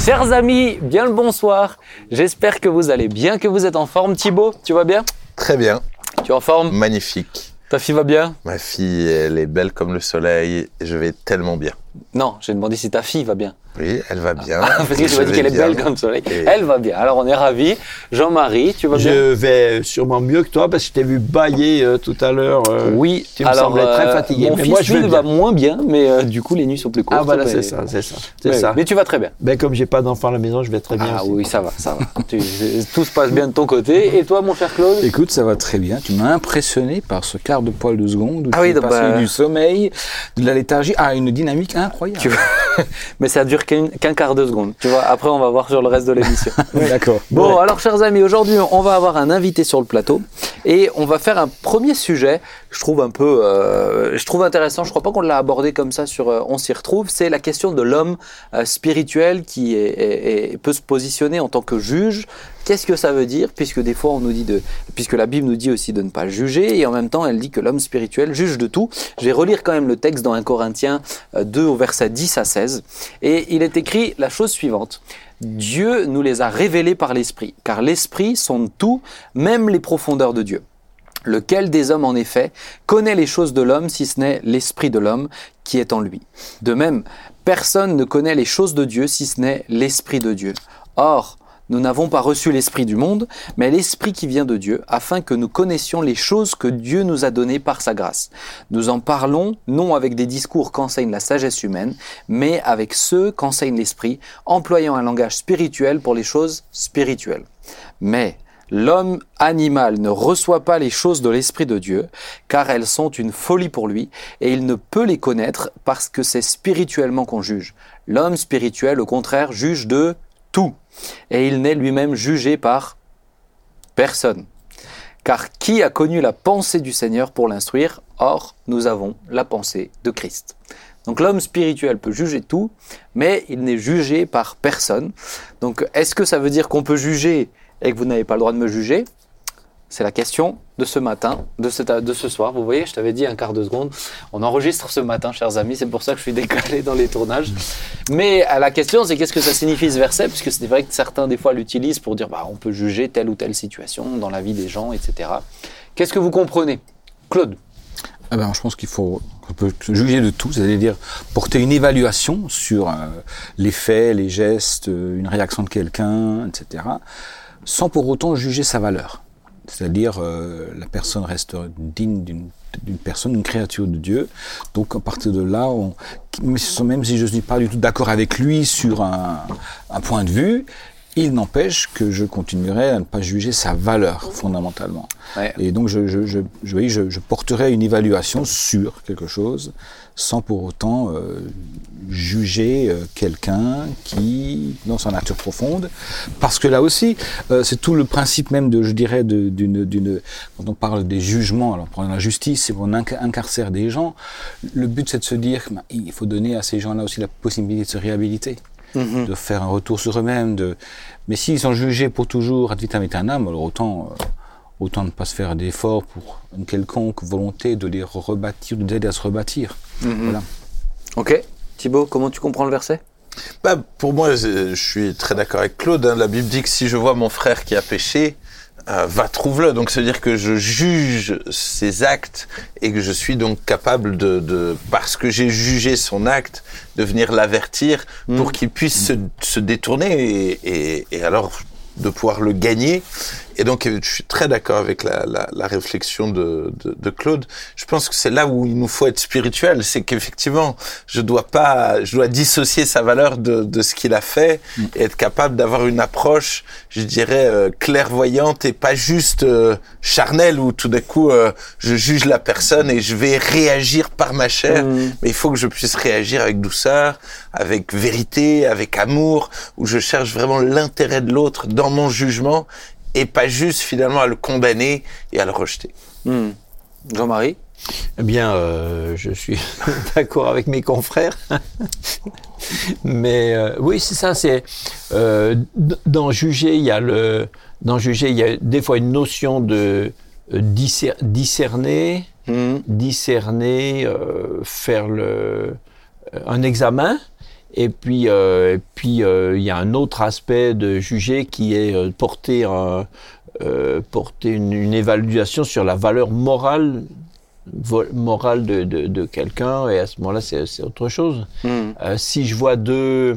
Chers amis, bien le bonsoir. J'espère que vous allez bien, que vous êtes en forme. Thibaut, tu vas bien? Très bien. Tu es en forme? Magnifique. Ta fille va bien? Ma fille, elle est belle comme le soleil et je vais tellement bien. Non, j'ai demandé si ta fille va bien. Oui, elle va bien. Parce que tu m'as dit qu'elle est belle comme le soleil. Et... Elle va bien. Alors on est ravis. Jean-Marie, tu vas bien? Je vais sûrement mieux que toi parce que je t'ai vu bâiller tout à l'heure. Oui, tu me semblais très fatigué. Mon mais fils, moi, je lui, vais va bien. moins bien, mais du coup les nuits sont plus courtes. Ah voilà, mais... c'est ça. Mais tu vas très bien. Ben, comme j'ai pas d'enfant à la maison, je vais très bien. Ah aussi. oui, ça va. Tout se passe bien de ton côté. Et toi, mon cher Claude? Écoute, ça va très bien. Tu m'as impressionné par ce quart de poil de seconde où tu es passé du sommeil, de la léthargie à une dynamique incroyable. Mais ça dure qu'un quart de seconde. Tu vois, après, on va voir sur le reste de l'émission. D'accord. Bon, alors, chers amis, aujourd'hui, on va avoir un invité sur le plateau et on va faire un premier sujet. Je trouve intéressant. Je crois pas qu'on l'a abordé comme ça sur On s'y retrouve. C'est la question de l'homme spirituel qui peut se positionner en tant que juge. Qu'est-ce que ça veut dire? Puisque des fois, puisque la Bible nous dit aussi de ne pas juger, et en même temps, elle dit que l'homme spirituel juge de tout. Je vais relire quand même le texte dans 1 Corinthiens 2 au verset 10 à 16. Et il est écrit la chose suivante. Dieu nous les a révélés par l'Esprit, car l'Esprit sonde tout, même les profondeurs de Dieu. Lequel des hommes, en effet, connaît les choses de l'homme, si ce n'est l'Esprit de l'homme qui est en lui? De même, personne ne connaît les choses de Dieu, si ce n'est l'Esprit de Dieu. Or, nous n'avons pas reçu l'Esprit du monde, mais l'Esprit qui vient de Dieu, afin que nous connaissions les choses que Dieu nous a données par sa grâce. Nous en parlons, non avec des discours qu'enseigne la sagesse humaine, mais avec ceux qu'enseigne l'Esprit, employant un langage spirituel pour les choses spirituelles. Mais l'homme animal ne reçoit pas les choses de l'Esprit de Dieu, car elles sont une folie pour lui, et il ne peut les connaître parce que c'est spirituellement qu'on juge. L'homme spirituel, au contraire, juge de tout, et il n'est lui-même jugé par personne. Car qui a connu la pensée du Seigneur pour l'instruire? Or, nous avons la pensée de Christ. Donc l'homme spirituel peut juger tout, mais il n'est jugé par personne. Donc est-ce que ça veut dire qu'on peut juger et que vous n'avez pas le droit de me juger? C'est la question de ce matin, de ce soir. Vous voyez, je t'avais dit un quart de seconde. On enregistre ce matin, chers amis. C'est pour ça que je suis décalé dans les tournages. Mais la question, c'est qu'est-ce que ça signifie ce verset? Puisque c'est vrai que certains, des fois, l'utilisent pour dire on peut juger telle ou telle situation dans la vie des gens, etc. Qu'est-ce que vous comprenez? Claude? Je pense qu'on peut juger de tout, c'est-à-dire porter une évaluation sur les faits, les gestes, une réaction de quelqu'un, etc., sans pour autant juger sa valeur. C'est-à-dire, la personne reste digne d'une personne, d'une créature de Dieu. Donc, à partir de là, même si je ne suis pas du tout d'accord avec lui sur un point de vue, il n'empêche que je continuerai à ne pas juger sa valeur, fondamentalement. Ouais. Et donc, je porterai une évaluation sur quelque chose, sans pour autant juger quelqu'un qui, dans sa nature profonde, parce que là aussi, c'est tout le principe même quand on parle des jugements, alors pour la justice, c'est qu'on incarcère des gens, le but c'est de se dire qu'il faut donner à ces gens-là aussi la possibilité de se réhabiliter, de faire un retour sur eux-mêmes, mais s'ils sont jugés pour toujours ad vitam aeternam, alors autant ne pas se faire d'efforts pour une quelconque volonté de les rebâtir, de les aider à se rebâtir. Voilà. Ok. Thibaut, comment tu comprends le verset? Pour moi, je suis très d'accord avec Claude. La Bible dit que si je vois mon frère qui a péché, va trouve-le. Donc, ça veut dire que je juge ses actes et que je suis donc capable parce que j'ai jugé son acte, de venir l'avertir pour qu'il puisse se détourner et alors de pouvoir le gagner. Et donc, je suis très d'accord avec la réflexion de Claude. Je pense que c'est là où il nous faut être spirituel. C'est qu'effectivement, je dois dissocier sa valeur de ce qu'il a fait et être capable d'avoir une approche, je dirais, clairvoyante et pas juste charnelle où tout d'un coup, je juge la personne et je vais réagir par ma chair. Mais il faut que je puisse réagir avec douceur, avec vérité, avec amour, où je cherche vraiment l'intérêt de l'autre dans mon jugement et pas juste finalement à le condamner et à le rejeter. Jean-Marie? Eh bien, je suis d'accord avec mes confrères. Mais oui, c'est ça. C'est dans juger, il y a des fois une notion de discerner, faire un examen. Et puis, il y a un autre aspect de juger qui est porter une évaluation sur la valeur morale de quelqu'un, et à ce moment-là c'est autre chose. Si je vois deux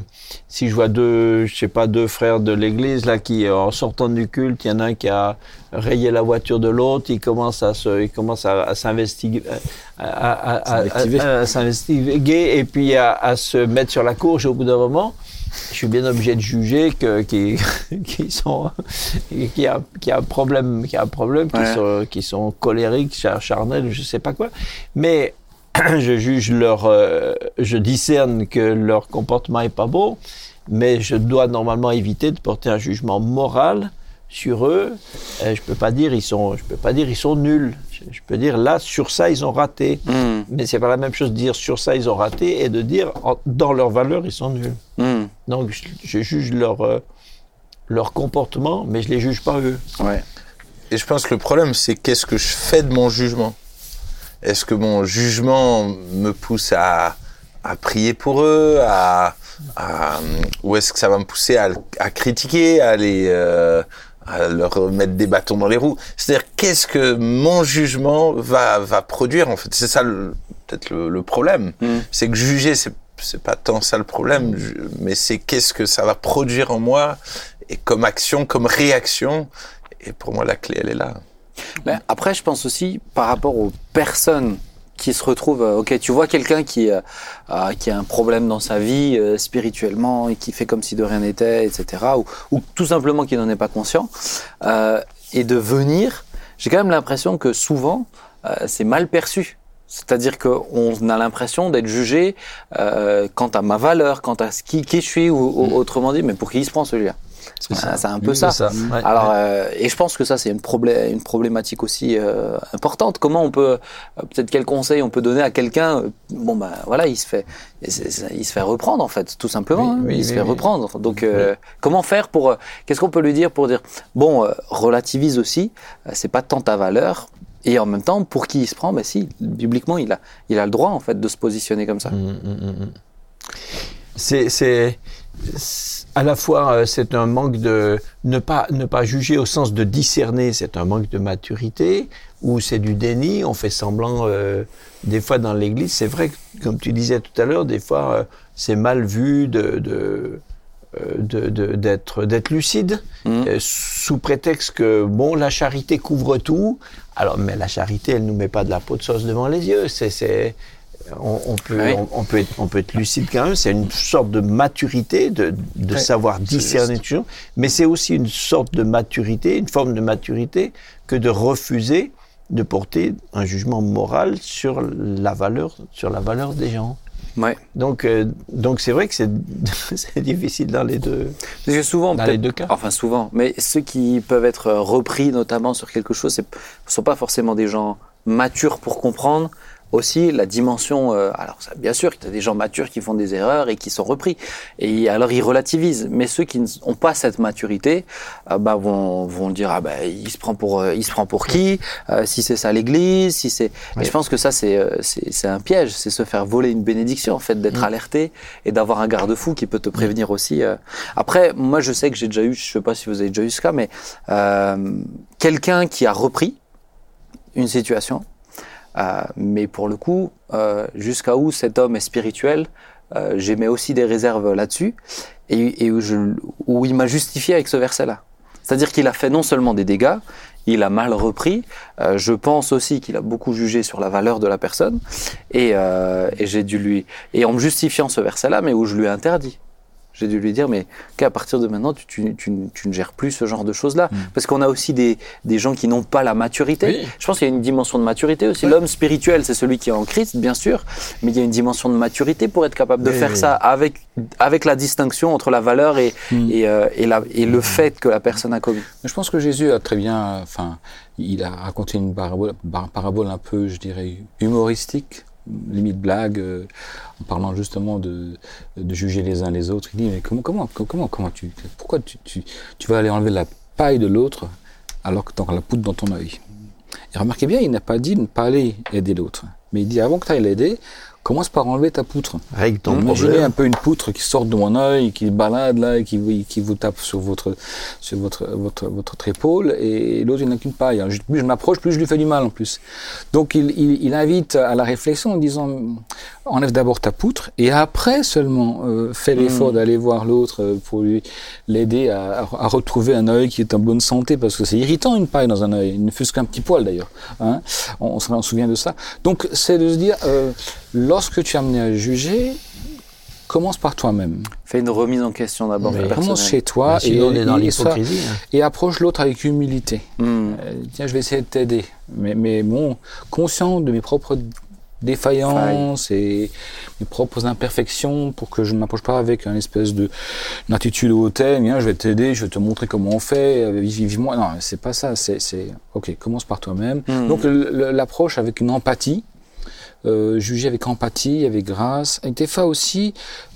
frères de l'église là qui, en sortant du culte, il y en a un qui a rayé la voiture de l'autre, il commence à s'investiguer, à s'investiguer et puis à se mettre sur la courge. Au bout d'un moment, je suis bien obligé de juger qu'il y a un problème, qui sont colériques, charnels, je sais pas quoi. Mais je juge je discerne que leur comportement est pas bon, mais je dois normalement éviter de porter un jugement moral sur eux. Je peux pas dire ils sont nuls. Je peux dire là, sur ça ils ont raté. Mais c'est pas la même chose de dire sur ça ils ont raté et de dire dans leur valeur ils sont nuls. Donc je juge leur comportement, mais je les juge pas eux. Ouais. Et je pense que le problème, c'est qu'est-ce que je fais de mon jugement. Est-ce que mon jugement me pousse à prier pour eux, ou est-ce que ça va me pousser à critiquer, à leur mettre des bâtons dans les roues? C'est-à-dire, qu'est-ce que mon jugement va produire, en fait? C'est ça peut-être le problème. C'est que juger, c'est pas tant ça le problème, mais c'est qu'est-ce que ça va produire en moi, et comme action, comme réaction. Et pour moi, la clé, elle est là. Ben, après, je pense aussi, par rapport aux personnes qui se retrouvent, ok, tu vois quelqu'un qui a un problème dans sa vie spirituellement et qui fait comme si de rien n'était, etc., ou tout simplement qui n'en est pas conscient, et de venir, j'ai quand même l'impression que souvent, c'est mal perçu. C'est-à-dire qu'on a l'impression d'être jugé quant à ma valeur, quant à qui je suis, ou autrement dit, mais pour qui il se prend celui-là? C'est un peu ça. Ouais, alors, et je pense que ça, c'est une problématique aussi importante. Comment on peut, peut-être quel conseil on peut donner à quelqu'un? Bon, ben voilà, il se fait reprendre en fait, tout simplement. Il se fait reprendre. Donc, comment faire qu'est-ce qu'on peut lui dire pour dire, bon, relativise aussi. C'est pas tant ta valeur. Et en même temps, pour qui il se prend? Ben si, bibliquement, il a le droit en fait de se positionner comme ça. C'est à la fois c'est un manque de ne pas juger au sens de discerner, c'est un manque de maturité, ou c'est du déni, on fait semblant des fois dans l'église, c'est vrai que comme tu disais tout à l'heure, des fois c'est mal vu d'être lucide, sous prétexte que bon, la charité couvre tout. Alors, mais la charité, elle nous met pas de la peau de sauce devant les yeux. On peut être lucide quand même. C'est une sorte de maturité, de savoir discerner toujours. Mais c'est aussi une sorte de maturité, une forme de maturité, que de refuser de porter un jugement moral sur la valeur des gens. Ouais. Donc c'est vrai que c'est difficile dans les deux. Parce que souvent, dans les deux cas. Enfin souvent, mais ceux qui peuvent être repris notamment sur quelque chose, ne sont pas forcément des gens matures pour comprendre. Aussi la dimension, alors ça, bien sûr qu'il y a des gens matures qui font des erreurs et qui sont repris, et alors ils relativisent, mais ceux qui n'ont pas cette maturité vont dire il se prend pour qui, si c'est ça l'église, si c'est. Et je pense que ça c'est un piège, c'est se faire voler une bénédiction en fait, d'être alerté et d'avoir un garde-fou qui peut te prévenir aussi. Après moi je sais que j'ai déjà eu, je sais pas si vous avez déjà eu ce cas, mais quelqu'un qui a repris une situation. Mais pour le coup, jusqu'à où cet homme est spirituel, j'émets aussi des réserves là-dessus, et où il m'a justifié avec ce verset-là. C'est-à-dire qu'il a fait non seulement des dégâts, il a mal repris, je pense aussi qu'il a beaucoup jugé sur la valeur de la personne, et j'ai dû et en me justifiant ce verset-là, mais où je lui ai interdit. J'ai dû lui dire, mais qu'à partir de maintenant, tu ne gères plus ce genre de choses-là. Parce qu'on a aussi des gens qui n'ont pas la maturité. Oui. Je pense qu'il y a une dimension de maturité aussi. Ouais. L'homme spirituel, c'est celui qui est en Christ, bien sûr, mais il y a une dimension de maturité pour être capable de faire ça avec la distinction entre la valeur et le fait que la personne a commis. Je pense que Jésus a très bien, il a raconté une parabole un peu, je dirais, humoristique, limite blague, en parlant justement de juger les uns les autres. Il dit, mais pourquoi tu vas aller enlever la paille de l'autre alors que tu as la poudre dans ton œil? Et remarquez bien, il n'a pas dit de ne pas aller aider l'autre. Mais il dit, avant que tu ailles l'aider, commence par enlever ta poutre. Règle ton Imaginez problème. un peu une poutre qui sort de mon œil, qui balade là, et qui vous tape sur votre épaule, et l'autre il n'a qu'une paille. Alors, plus je m'approche, plus je lui fais du mal en plus. Donc il invite à la réflexion en disant enlève d'abord ta poutre et après seulement fais l'effort d'aller voir l'autre pour l'aider à retrouver un œil qui est en bonne santé, parce que c'est irritant une paille dans un œil, ne fût-ce qu'un petit poil d'ailleurs. Hein, on se souvient de ça. Donc c'est de se dire lorsque tu es amené à juger, commence par toi-même. Fais une remise en question d'abord. Commence chez toi sinon on est dans l'hypocrisie. et approche l'autre avec humilité. Tiens, je vais essayer de t'aider, mais bon, conscient de mes propres défaillances et mes propres imperfections, pour que je ne m'approche pas avec une espèce de une attitude hautaine. Je vais t'aider, je vais te montrer comment on fait, vivement. Non, c'est pas ça. C'est ok, commence par toi-même. Donc l'approche avec une empathie. Juger avec empathie, avec grâce, et des fois aussi,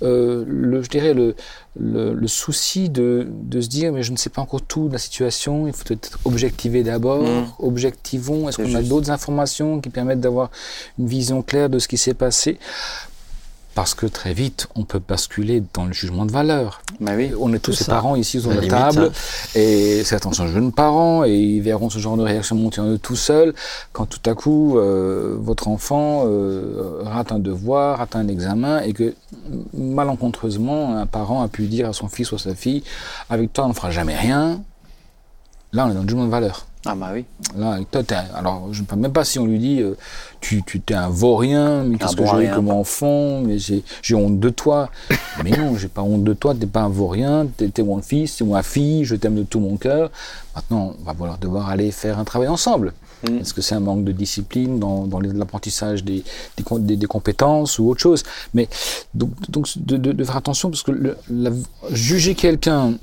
je dirais le souci de se dire mais je ne sais pas encore tout de la situation, il faut peut-être objectiver d'abord, objectivons, est-ce qu'on a d'autres informations qui permettent d'avoir une vision claire de ce qui s'est passé? Parce que très vite, on peut basculer dans le jugement de valeur. Bah oui, on est tous les parents ici autour de la table, et certains sont jeunes parents, et ils verront ce genre de réaction monter en eux tout seuls, quand tout à coup, votre enfant rate un devoir, rate un examen, et que malencontreusement, un parent a pu dire à son fils ou à sa fille, avec toi on ne fera jamais rien. Là, on est dans le jugement de valeur. Ah bah oui. Là, toi, alors, je ne sais même pas si on lui dit tu t'es un vaurien, mais qu'est-ce que j'ai eu comme enfant, mais j'ai honte de toi. Mais non, j'ai pas honte de toi, t'es pas un vaurien, t'es mon fils, t'es ma fille, je t'aime de tout mon cœur. Maintenant, on va devoir aller faire un travail ensemble. Est-ce que c'est un manque de discipline dans l'apprentissage des compétences ou autre chose? Mais donc de faire attention, parce que juger quelqu'un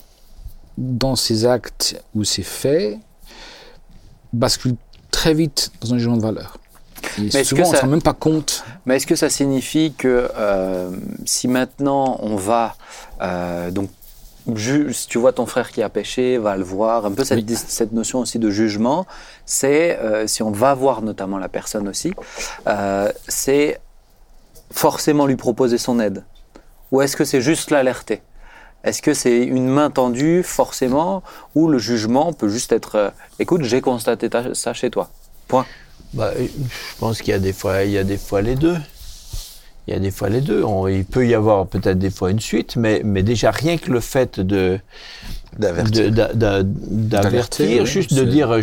dans ses actes ou ses faits bascule très vite dans un jugement de valeur. Et souvent, on ne se rend même pas compte. Mais est-ce que ça signifie que si maintenant on va donc si tu vois ton frère qui a péché, va le voir, un peu cette notion aussi de jugement, c'est si on va voir notamment la personne aussi, c'est forcément lui proposer son aide, ou est-ce que c'est juste l'alerter? Est-ce que c'est une main tendue forcément, ou le jugement peut juste être écoute, j'ai constaté ça chez toi. Point. Je pense qu'il y a des fois les deux. Il y a des fois les deux. Il peut y avoir peut-être des fois une suite, mais déjà rien que le fait d'avertir, juste de dire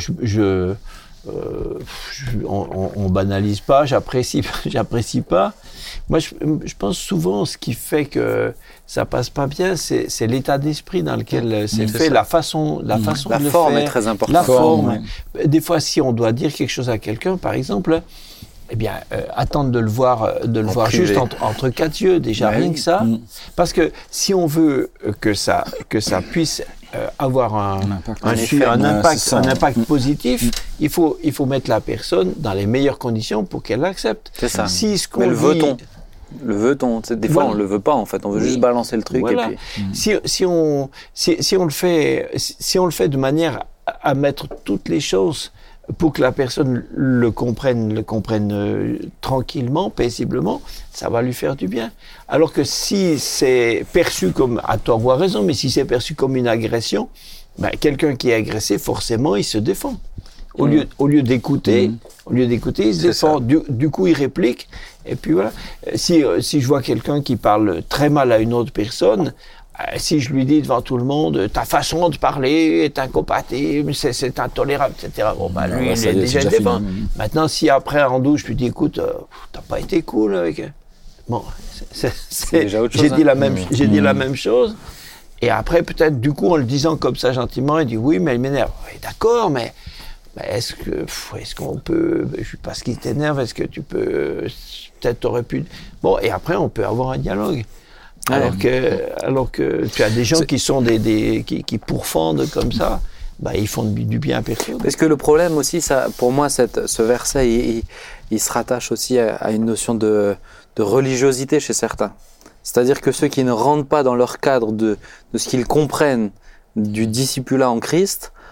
on banalise pas, j'apprécie pas. Moi, je pense souvent ce qui fait que ça passe pas bien, c'est l'état d'esprit dans lequel c'est fait, la façon de le faire. La forme est très importante. La forme. Des fois, si on doit dire quelque chose à quelqu'un, par exemple, eh bien, attendre de le voir juste entre quatre yeux, déjà rien que ça. Parce que si on veut que ça puisse avoir un impact positif, il faut mettre la personne dans les meilleures conditions pour qu'elle l'accepte. C'est ça. Si ce qu'on Mais le dit, veut-on? Le veut-on? Des fois, on le veut pas en fait. On veut juste balancer le truc. Voilà. Et puis... Si on le fait de manière à mettre toutes les choses pour que la personne le comprenne tranquillement, paisiblement, ça va lui faire du bien. Alors que si c'est perçu comme, à tort ou à raison, mais si c'est perçu comme une agression, quelqu'un qui est agressé, forcément, il se défend. Au lieu d'écouter, il se défend. Du coup, il réplique. Et puis voilà. Si je vois quelqu'un qui parle très mal à une autre personne, si je lui dis devant tout le monde, ta façon de parler est incompatible, c'est intolérable, etc. Lui, il est déjà défend. Maintenant, si après, en douche, je lui dis, écoute, t'as pas été cool avec... Bon, c'est déjà autre chose. J'ai dit la même chose. Et après, peut-être, du coup, en le disant comme ça gentiment, il dit, oui, mais elle m'énerve. Oui, d'accord, mais est-ce qu'on peut... Je sais pas ce qui t'énerve, est-ce que tu peux... Peut-être t'aurais pu... Bon, et après, on peut avoir un dialogue. Alors que tu as des gens qui sont qui pourfendent comme ça, ils font du bien à personne. Parce que le problème aussi, ça, pour moi, ce verset, il se rattache aussi à une notion de religiosité chez certains. C'est-à-dire que ceux qui ne rentrent pas dans leur cadre de ce qu'ils comprennent du discipulat en Christ,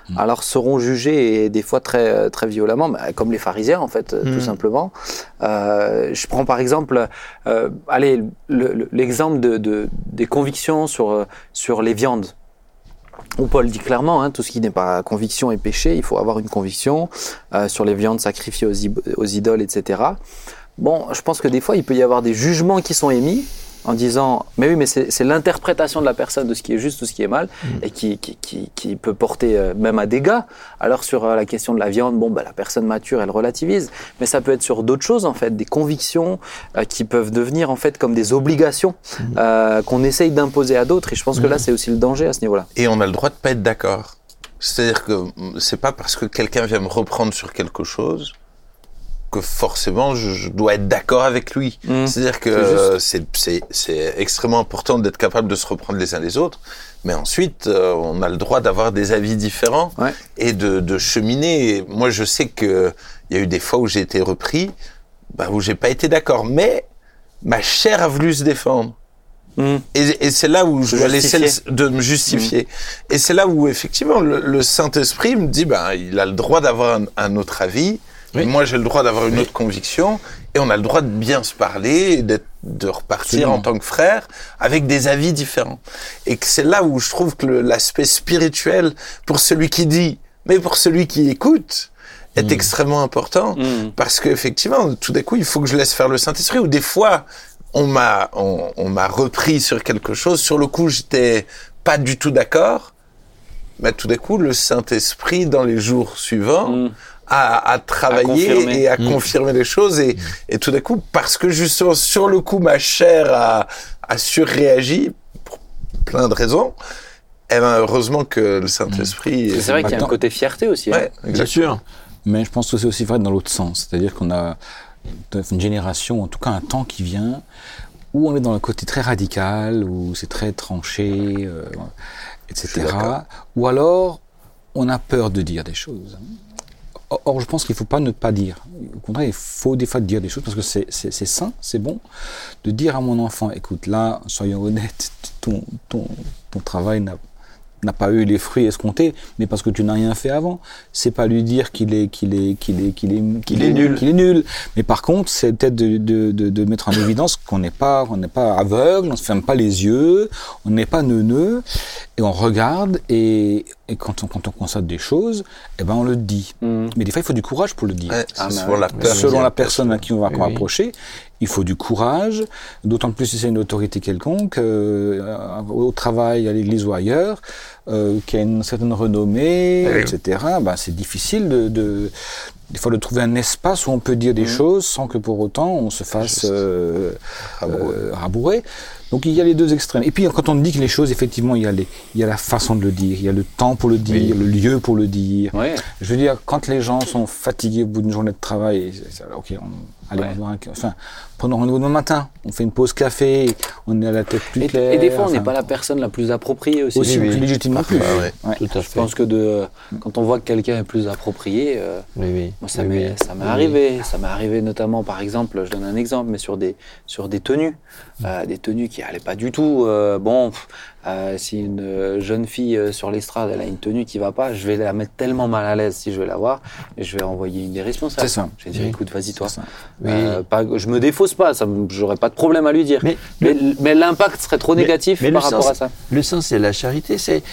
alors seront jugés et des fois très, très violemment, comme les pharisiens en fait, tout simplement. Je prends par exemple, l'exemple des convictions sur les viandes. Où Paul dit clairement, tout ce qui n'est pas conviction est péché, il faut avoir une conviction sur les viandes sacrifiées aux idoles, etc. Bon, je pense que des fois, il peut y avoir des jugements qui sont émis en disant, mais oui, mais c'est l'interprétation de la personne de ce qui est juste ou ce qui est mal et qui peut porter même à dégâts. Alors sur la question de la viande, la personne mature, elle relativise, mais ça peut être sur d'autres choses en fait, des convictions qui peuvent devenir en fait comme des obligations qu'on essaye d'imposer à d'autres. Et je pense que là, c'est aussi le danger à ce niveau-là. Et on a le droit de pas être d'accord. C'est-à-dire que c'est pas parce que quelqu'un vient me reprendre sur quelque chose que forcément je dois être d'accord avec lui. C'est-à-dire que c'est extrêmement important d'être capable de se reprendre les uns les autres, mais ensuite on a le droit d'avoir des avis différents et de cheminer. Et moi je sais que il y a eu des fois où j'ai été repris, où j'ai pas été d'accord, mais ma chair a voulu se défendre. Et c'est là où je dois laisser de me justifier. Et c'est là où effectivement le Saint-Esprit me dit il a le droit d'avoir un autre avis. Oui. Moi, j'ai le droit d'avoir une autre conviction, et on a le droit de bien se parler, et de repartir en tant que frère avec des avis différents. Et que c'est là où je trouve que l'aspect spirituel, pour celui qui dit, mais pour celui qui écoute, est extrêmement important, parce qu'effectivement, tout d'un coup, il faut que je laisse faire le Saint-Esprit, ou des fois, on m'a repris sur quelque chose, sur le coup, j'étais pas du tout d'accord, mais tout d'un coup, le Saint-Esprit, dans les jours suivants, à travailler et à confirmer les choses et tout d'un coup, parce que justement sur le coup ma chair a surréagi pour plein de raisons, heureusement que le Saint-Esprit... C'est vrai qu'il y a un côté fierté aussi. Bien sûr. Mais je pense que c'est aussi vrai dans l'autre sens, c'est-à-dire qu'on a une génération, en tout cas un temps qui vient, où on est dans le côté très radical, où c'est très tranché, etc. Ou alors on a peur de dire des choses. Or, je pense qu'il ne faut pas ne pas dire. Au contraire, il faut des fois dire des choses parce que c'est sain, c'est bon de dire à mon enfant, écoute, là, soyons honnêtes, ton travail n'a pas eu les fruits escomptés, mais parce que tu n'as rien fait avant. C'est pas lui dire qu'il est nul. Mais par contre, c'est peut-être de mettre en évidence qu'on n'est pas aveugle, on se ferme pas les yeux, on n'est pas neuneux, et on regarde, et quand on constate des choses, on le dit. Mais des fois, il faut du courage pour le dire. Selon la personne à qui on va approcher, il faut du courage, d'autant plus si c'est une autorité quelconque, au travail, à l'église ou ailleurs, qui a une certaine renommée, etc. C'est difficile des fois de trouver un espace où on peut dire des choses sans que pour autant on se fasse rabourer. Donc il y a les deux extrêmes. Et puis quand on dit que les choses, effectivement, il y a la façon de le dire, il y a le temps pour le dire, le lieu pour le dire. Je veux dire, quand les gens sont fatigués au bout d'une journée de travail, prenons rendez-vous demain matin, on fait une pause café, on est à la tête plus claire. Et des fois, on n'est pas la personne la plus appropriée aussi. Plus légitime non plus. Tout à fait. Je pense que quand on voit que quelqu'un est plus approprié, moi, ça m'est arrivé. Ça m'est arrivé notamment, par exemple, je donne un exemple, mais sur des tenues. Des tenues qui n'allaient pas du tout. Si une jeune fille sur l'estrade, elle a une tenue qui ne va pas, je vais la mettre tellement mal à l'aise si je vais la voir, et je vais envoyer une des responsables. C'est ça. Je vais dire, écoute, vas-y toi. Je me défausse pas, j'aurais pas de problème à lui dire. Mais l'impact serait trop négatif par rapport à ça. Le sens, c'est la charité.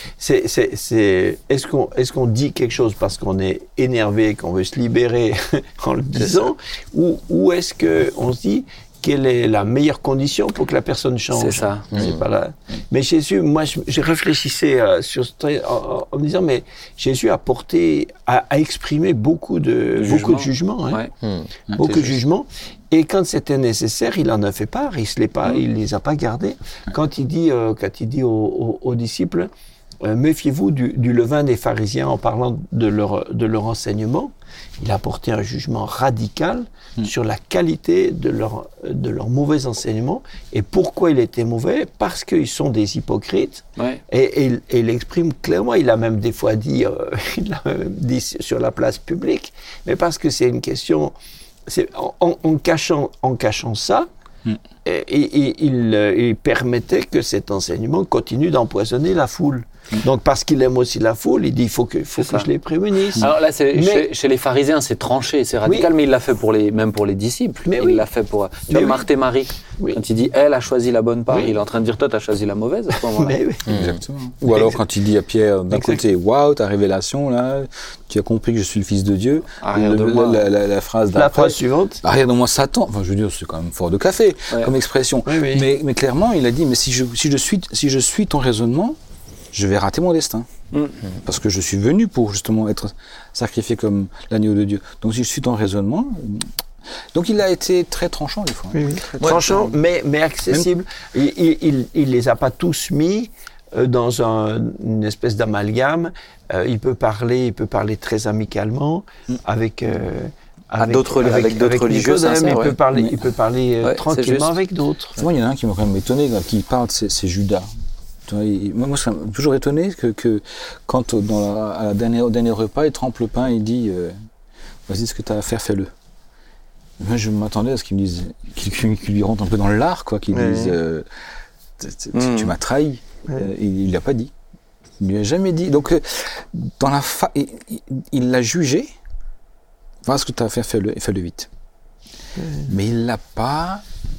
Est-ce qu'on dit quelque chose parce qu'on est énervé, qu'on veut se libérer en le disant, ou est-ce qu'on se dit quelle est la meilleure condition pour que la personne change? C'est ça. C'est pas là. Mais Jésus, moi, je réfléchissais en me disant, mais Jésus a exprimé beaucoup de jugements. Beaucoup de jugements. Et quand c'était nécessaire, il en a fait part. Il les a pas gardés. Quand il dit aux disciples, méfiez-vous du levain des pharisiens en parlant de leur enseignement. Il a apporté un jugement radical sur la qualité de leur mauvais enseignement. Et pourquoi il était mauvais? Parce qu'ils sont des hypocrites. Et il l'exprime clairement. Il a même des fois dit, sur la place publique, mais parce que c'est une question... En cachant ça, il permettait que cet enseignement continue d'empoisonner la foule. Donc, parce qu'il aime aussi la foule, il dit, il faut que je les prémunisse. Alors là, chez les pharisiens, c'est tranché, c'est radical, mais il l'a fait même pour les disciples. Mais il l'a fait pour... Tu vois, Marthe et Marie, quand il dit, elle a choisi la bonne part, il est en train de dire, toi, tu as choisi la mauvaise à ce moment-là. Exactement. Ou alors, quand il dit à Pierre, d'un côté, waouh, ta révélation, là, tu as compris que je suis le Fils de Dieu. La phrase suivante. Arrière de moi, Satan. Enfin, je veux dire, c'est quand même fort de café comme expression. Mais clairement, il a dit, mais si je suis ton raisonnement, je vais rater mon destin. Parce que je suis venu pour justement être sacrifié comme l'agneau de Dieu. Donc si je suis ton raisonnement... Donc il a été très tranchant des fois. Tranchant, mais accessible. Il les a pas tous mis dans une espèce d'amalgame. Il peut parler très amicalement avec d'autres religieux sincères. Il peut parler tranquillement avec d'autres. Moi, il y en a un qui m'a quand même étonné, qui parle, c'est Judas. Moi, ça m'a toujours étonné que quand, à la dernier repas, il trempe le pain et il dit vas-y, ce que tu as à faire, fais-le. Moi, je m'attendais à ce qu'il me dise, qu'il lui rentre un peu dans l'art, quoi, qu'il dise tu m'as trahi. Il ne l'a pas dit. Il ne lui a jamais dit. Donc, il l'a jugé. Voilà ce que tu as à faire, fais-le, et fais-le vite. Mais il l'a pas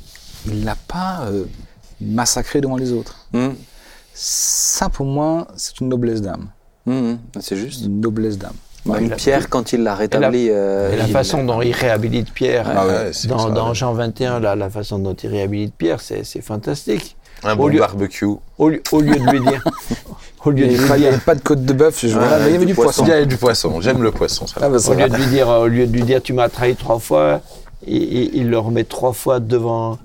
massacré devant les autres. Ça, pour moi, c'est une noblesse d'âme. C'est juste. Une noblesse d'âme. Même Pierre, quand il l'a rétabli... la façon dont il réhabilite Pierre, dans Jean 21, la façon dont il réhabilite Pierre, c'est fantastique. Un bon barbecue. Au lieu de lui dire... Il n'y avait pas de côte de bœuf, mais il y avait du poisson. Il y avait du poisson, j'aime le poisson. Ça. Au lieu de lui dire tu m'as trahi 3 fois, il le remet 3 fois devant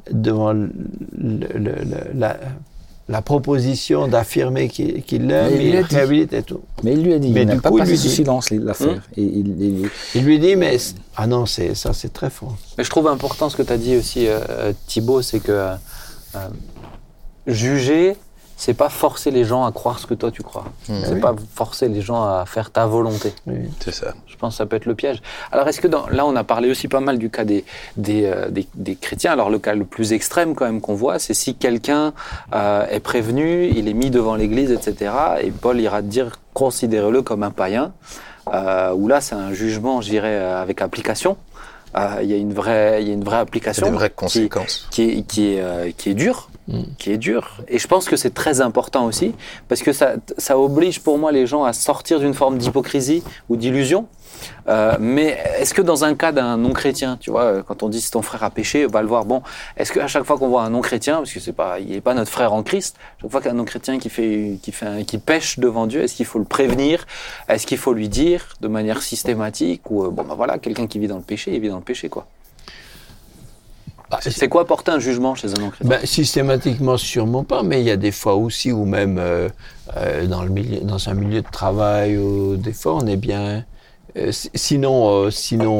la proposition d'affirmer qu'il l'aime, il réhabilite et tout. Mais il lui a dit, il n'a pas passé sous silence l'affaire. Il lui dit, mais... Ah non, c'est très fort. Mais je trouve important ce que tu as dit aussi, Thibaut, c'est que juger, c'est pas forcer les gens à croire ce que toi tu crois. C'est pas forcer les gens à faire ta volonté. C'est ça. Je pense que ça peut être le piège. Alors est-ce que là on a parlé aussi pas mal du cas des chrétiens. Alors le cas le plus extrême quand même qu'on voit, c'est si quelqu'un est prévenu, il est mis devant l'église, etc. Et Paul ira te dire considérez-le comme un païen. Où là c'est un jugement, je dirais, avec application. Il y a une vraie application. Il y a des vraies conséquences. Qui est dure. Qui est dur. Et je pense que c'est très important aussi, parce que ça oblige pour moi les gens à sortir d'une forme d'hypocrisie ou d'illusion. Mais est-ce que dans un cas d'un non-chrétien, tu vois, quand on dit si ton frère a péché, on va le voir, bon, est-ce qu'à chaque fois qu'on voit un non-chrétien, parce que il n'est pas notre frère en Christ, chaque fois qu'un non-chrétien qui pêche devant Dieu, est-ce qu'il faut le prévenir? Est-ce qu'il faut lui dire de manière systématique? Ou, voilà, quelqu'un qui vit dans le péché, il vit dans le péché, quoi. C'est quoi porter un jugement chez un non-chrétien? Systématiquement, sûrement pas, mais il y a des fois aussi où même dans un milieu de travail, des fois on est bien... Sinon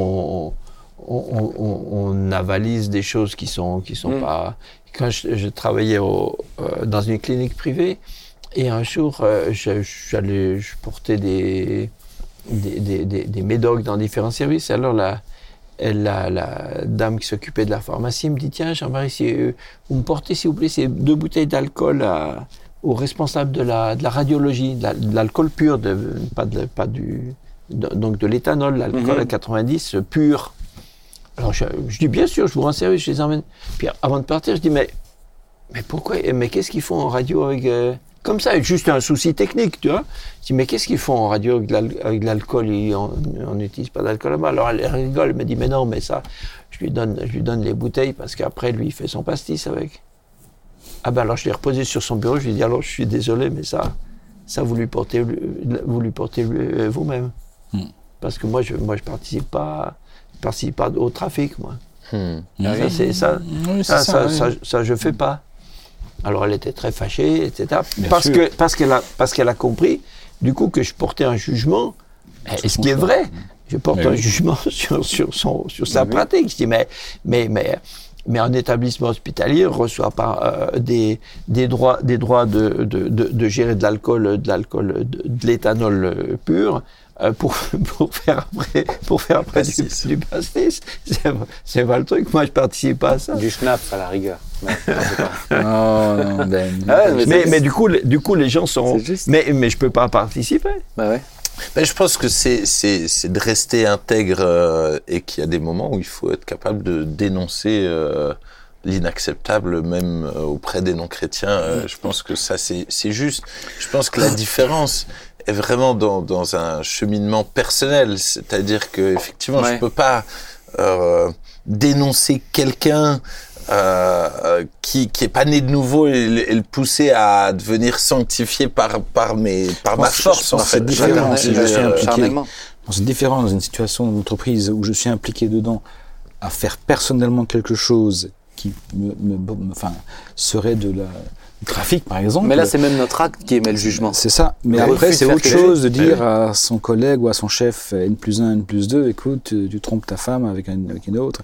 on avalise des choses qui sont pas... Quand je travaillais dans une clinique privée, et un jour je portais des médocs dans différents services, alors la dame qui s'occupait de la pharmacie me dit tiens Jean-Marie, si vous me portez s'il vous plaît ces 2 bouteilles d'alcool au responsable de la radiologie, de l'alcool pur, donc de l'éthanol, l'alcool à 90 pur. Alors je dis bien sûr, je vous rends service, je les emmène. Puis avant de partir, je dis mais pourquoi, mais qu'est-ce qu'ils font en radio avec comme ça, juste un souci technique, tu vois. Je dis, mais qu'est-ce qu'ils font en radio avec l'alcool? On n'utilise pas d'alcool là-bas. Alors elle rigole, elle me dit, mais non, mais ça, je lui donne les bouteilles parce qu'après, lui, il fait son pastis avec. Ah ben alors, je l'ai reposé sur son bureau, je lui ai dit, alors, je suis désolé, mais ça vous lui portez vous-même. Parce que moi, je participe pas au trafic, moi. Ça, je fais pas. Alors elle était très fâchée, etc. Parce qu'elle a compris, du coup, que je portais un jugement, et ce qui est vrai, je porte un jugement sur sa pratique. Je dis, mais un établissement hospitalier ne reçoit pas des droits de gérer de l'alcool, de l'éthanol pur, pour faire après du pastis. C'est pas le truc. Moi, je participe pas à ça. Du schnapps, à la rigueur. Non, Ben. Ah ouais, Mais du coup, les gens sont. C'est juste. Mais je peux pas participer. Bah ouais. Ben, je pense que c'est de rester intègre et qu'il y a des moments où il faut être capable de dénoncer l'inacceptable même auprès des non-chrétiens. Je pense que ça c'est juste. Je pense que la différence est vraiment dans un cheminement personnel, c'est-à-dire que effectivement je peux pas dénoncer quelqu'un qui est pas né de nouveau et le pousser à devenir sanctifié par ma force en fait. C'est différent. Si je suis impliqué, Charnellement. c'est différent dans une situation d'entreprise où je suis impliqué dedans à faire personnellement quelque chose qui serait du trafic, par exemple. Mais là, c'est même notre acte qui émet le jugement. C'est ça. Mais Le après, refus c'est de faire autre quelque chose de dire à son collègue ou à son chef N+1, N+2, écoute, tu trompes ta femme avec une autre.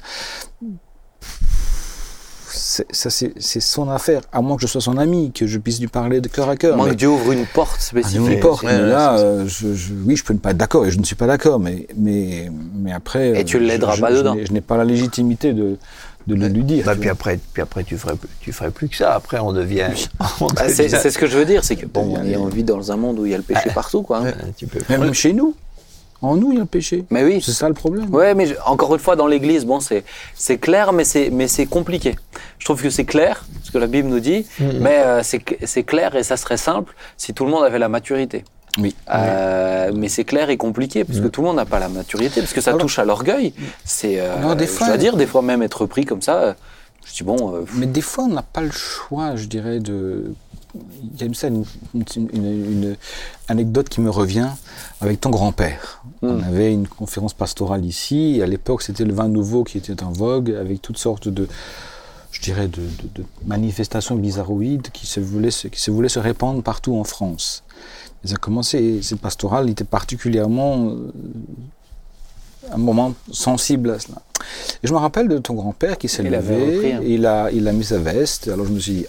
C'est son affaire, à moins que je sois son ami, que je puisse lui parler de cœur à cœur. Moins que Dieu ouvre une porte spécifique. Une porte, mais là, oui, je peux ne pas être d'accord, et je ne suis pas d'accord, mais après... Et tu ne l'aideras pas dedans. Je n'ai pas la légitimité de lui dire. Bah, puis après, tu ferais plus que ça. Après, on devient. C'est ce que je veux dire, c'est que bon, on vit dans un monde où il y a le péché partout, quoi. Même chez nous. En nous, il y a le péché. Mais oui. C'est ça le problème. Ouais, mais encore une fois, dans l'Église, bon, c'est clair, mais c'est compliqué. Je trouve que c'est clair, ce que la Bible nous dit, mais c'est clair et ça serait simple si tout le monde avait la maturité. Oui. Mais c'est clair et compliqué parce que tout le monde n'a pas la maturité, parce que ça touche à l'orgueil. C'est, je dois dire, des fois même être pris comme ça. Je dis bon. Mais des fois, on n'a pas le choix, je dirais, de. Il y a une anecdote qui me revient avec ton grand-père. On avait une conférence pastorale ici, et à l'époque, c'était le vin nouveau qui était en vogue, avec toutes sortes de manifestations bizarroïdes qui se voulaient se répandre partout en France. Et ça a commencé, cette pastorale était particulièrement un moment sensible à cela. Et je me rappelle de ton grand-père qui s'est levé, il a mis sa veste, alors je me suis dit,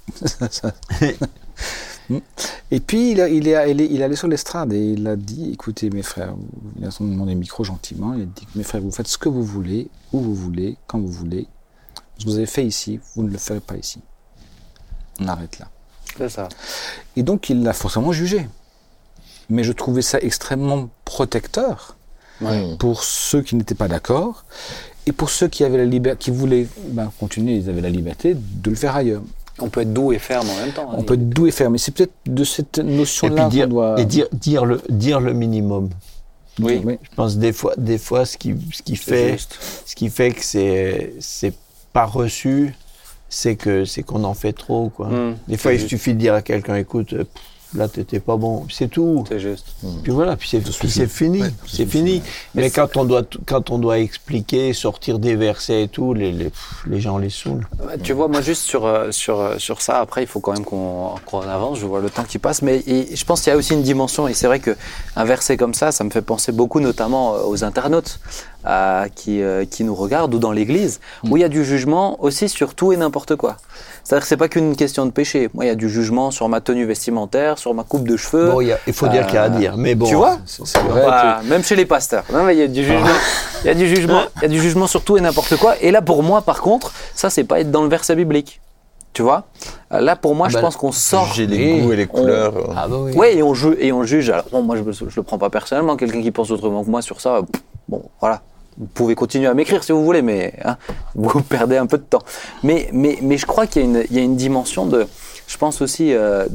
et puis il est allé sur l'estrade et il a dit, écoutez mes frères, il a demandé le micro gentiment, il a dit, mes frères, vous faites ce que vous voulez, où vous voulez, quand vous voulez, ce que vous avez fait ici, vous ne le ferez pas ici. On arrête là. C'est ça. Et donc il l'a forcément jugé. Mais je trouvais ça extrêmement protecteur pour ceux qui n'étaient pas d'accord et pour ceux qui avaient la liberté, qui voulaient continuer, ils avaient la liberté de le faire ailleurs. On peut être doux et ferme en même temps. On peut être doux et ferme, mais c'est peut-être de cette notion-là qu'on doit... Et dire le minimum. Oui. Je pense des fois ce qui fait que c'est pas reçu, c'est qu'on en fait trop, quoi. Des fois, il suffit de dire à quelqu'un, écoute, là, t'étais pas bon, c'est tout. C'est juste. Puis voilà, puis c'est fini, c'est fini. Mais quand on doit expliquer, sortir des versets et tout, les gens les saoulent. Tu vois, moi juste sur ça, après il faut quand même qu'on avance, je vois le temps qui passe, mais je pense qu'il y a aussi une dimension, et c'est vrai qu'un verset comme ça me fait penser beaucoup notamment aux internautes qui nous regardent, ou dans l'église, où il y a du jugement aussi sur tout et n'importe quoi. C'est-à-dire que c'est pas qu'une question de péché. Moi, il y a du jugement sur ma tenue vestimentaire, sur ma coupe de cheveux. Bon, il faut dire qu'il y a à dire, mais bon. Tu vois, c'est vrai. Même chez les pasteurs. Non, mais il y a du jugement. Il y a du jugement sur tout et n'importe quoi. Et là, pour moi, par contre, ça, c'est pas être dans le verset biblique. Tu vois, là pour moi, je pense qu'on sort. Juger les goûts et les couleurs. Ouais, et on juge. Alors bon, moi, je le prends pas personnellement. Quelqu'un qui pense autrement que moi sur ça, bon, voilà. Vous pouvez continuer à m'écrire si vous voulez, mais vous perdez un peu de temps. Mais je crois qu'il y a une dimension de, je pense aussi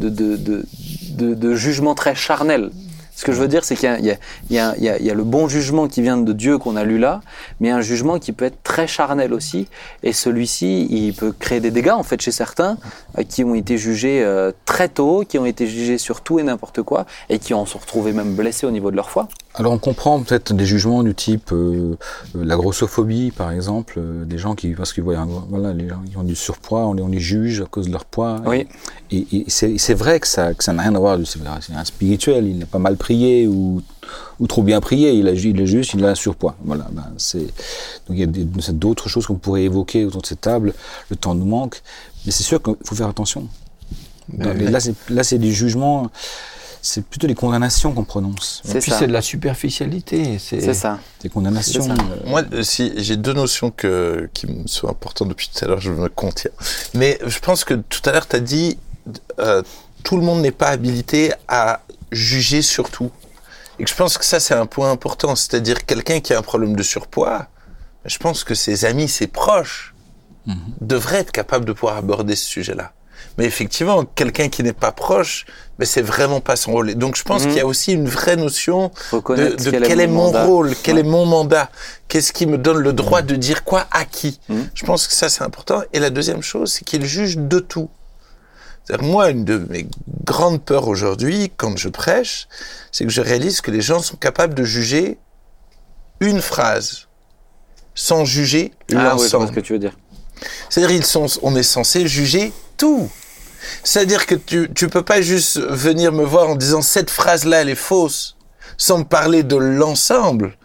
de jugement très charnel. Ce que je veux dire, c'est qu'il y a le bon jugement qui vient de Dieu qu'on a lu là, mais un jugement qui peut être très charnel aussi. Et celui-ci, il peut créer des dégâts en fait chez certains qui ont été jugés très tôt, qui ont été jugés sur tout et n'importe quoi, et qui en sont retrouvés même blessés au niveau de leur foi. Alors on comprend peut-être des jugements du type la grossophobie par exemple, des gens qui, parce que voilà, les gens qui ont du surpoids, on les juge à cause de leur poids. Oui. Et c'est vrai que ça n'a rien à voir, c'est un spirituel, il n'a pas mal prié ou trop bien prié, il est juste, il a un surpoids. Voilà, donc il y a d'autres choses qu'on pourrait évoquer autour de cette table, le temps nous manque, mais c'est sûr qu'il faut faire attention. Là c'est du jugement. c'est plutôt les condamnations qu'on prononce. Et puis c'est de la superficialité. C'est ça. Des condamnations. C'est ça. Moi, si j'ai deux notions qui me sont importantes depuis tout à l'heure, je me contiens. Mais je pense que tout à l'heure, tu as dit tout le monde n'est pas habilité à juger sur tout. Et que je pense que ça, c'est un point important. C'est-à-dire quelqu'un qui a un problème de surpoids, je pense que ses amis, ses proches devraient être capables de pouvoir aborder ce sujet-là. Mais effectivement, quelqu'un qui n'est pas proche, mais c'est vraiment pas son rôle. Et donc, je pense qu'il y a aussi une vraie notion de quel est mon rôle, quel est mon mandat, qu'est-ce qui me donne le droit de dire quoi à qui. Je pense que ça, c'est important. Et la deuxième chose, c'est qu'il juge de tout. C'est-à-dire, moi, une de mes grandes peurs aujourd'hui, quand je prêche, c'est que je réalise que les gens sont capables de juger une phrase sans juger l'ensemble. Oui, je vois ce que tu veux dire. C'est-à-dire, on est censé juger tout. C'est-à-dire que tu peux pas juste venir me voir en disant cette phrase-là, elle est fausse, sans me parler de l'ensemble.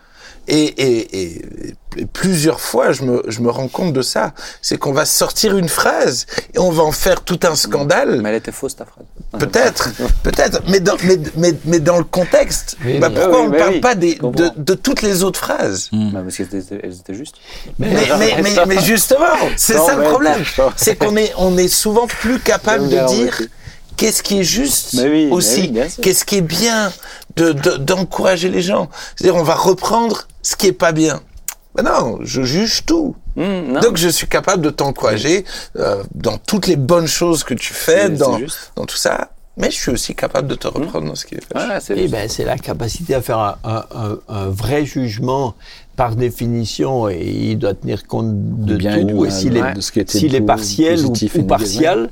Et plusieurs fois, je me rends compte de ça. C'est qu'on va sortir une phrase et on va en faire tout un scandale. Mais elle était fausse, ta phrase. Peut-être. Mais dans le contexte. Pourquoi on ne parle pas de toutes les autres phrases? Parce qu'elles étaient justes. Mais justement, c'est ça le problème. C'est qu'on est souvent plus capable de dire qu'est-ce qui est juste aussi, qu'est-ce qui est bien, d'encourager les gens. C'est-à-dire, on va reprendre ce qui est pas bien. Ben non, je juge tout. Donc, je suis capable de t'encourager dans toutes les bonnes choses que tu fais, dans tout ça. Mais je suis aussi capable de te reprendre dans ce qui est fait. C'est la capacité à faire un vrai jugement par définition, et il doit tenir compte de bien tout, et s'il est partiel ou partial,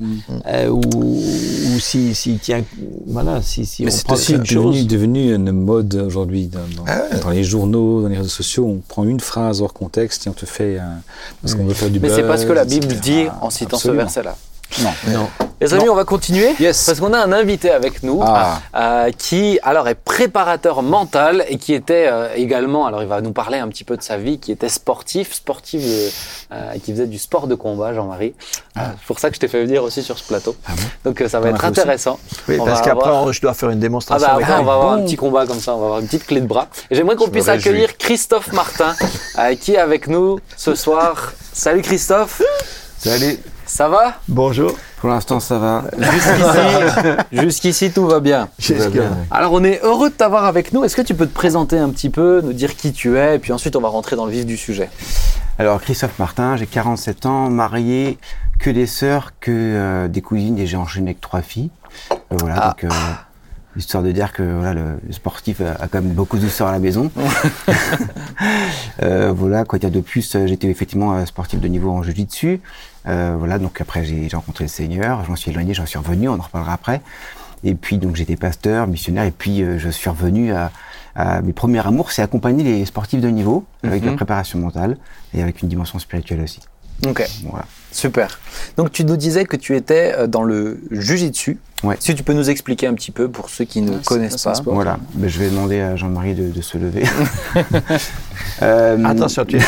ou s'il tient, voilà, si mais on prend c'est aussi devenu une mode aujourd'hui dans les journaux, dans les réseaux sociaux, on prend une phrase hors contexte et on te fait parce qu'on veut faire du buzz. Mais c'est pas ce que la Bible dit en citant ce verset-là. Non. Les amis, on va continuer parce qu'on a un invité avec nous qui alors est préparateur mental et qui était également, alors il va nous parler un petit peu de sa vie, qui était sportif qui faisait du sport de combat, Jean-Marie. C'est pour ça que je t'ai fait venir aussi sur ce plateau. Donc ça va être intéressant. Oui, parce qu'après je dois faire une démonstration. Après on va avoir un petit combat comme ça, on va avoir une petite clé de bras. Et j'aimerais qu'on puisse accueillir Christophe Martin qui est avec nous ce soir. Salut Christophe. Salut. Ça va? Bonjour. Pour l'instant, ça va. Jusqu'ici, tout va bien. Alors, on est heureux de t'avoir avec nous. Est-ce que tu peux te présenter un petit peu, nous dire qui tu es, et puis ensuite, on va rentrer dans le vif du sujet. Alors, Christophe Martin, j'ai 47 ans, marié, que des sœurs, que des cousines, et j'ai enchaîné avec 3 filles. Voilà, donc... histoire de dire que voilà, le sportif a quand même beaucoup de sœurs à la maison. Voilà, quoi dire de plus, j'étais effectivement sportif de niveau en jiu-jitsu. Voilà, donc après j'ai rencontré le Seigneur, je m'en suis éloigné, j'en suis revenu, on en reparlera après. Et puis donc j'étais pasteur, missionnaire, et puis je suis revenu à mes premiers amours, c'est accompagner les sportifs de niveau avec la préparation mentale et avec une dimension spirituelle aussi. Ok, voilà. Super. Donc tu nous disais que tu étais dans le jiu-jitsu. Ouais. Si tu peux nous expliquer un petit peu pour ceux qui ne connaissent pas. Voilà, je vais demander à Jean-Marie de se lever. Attention, tu es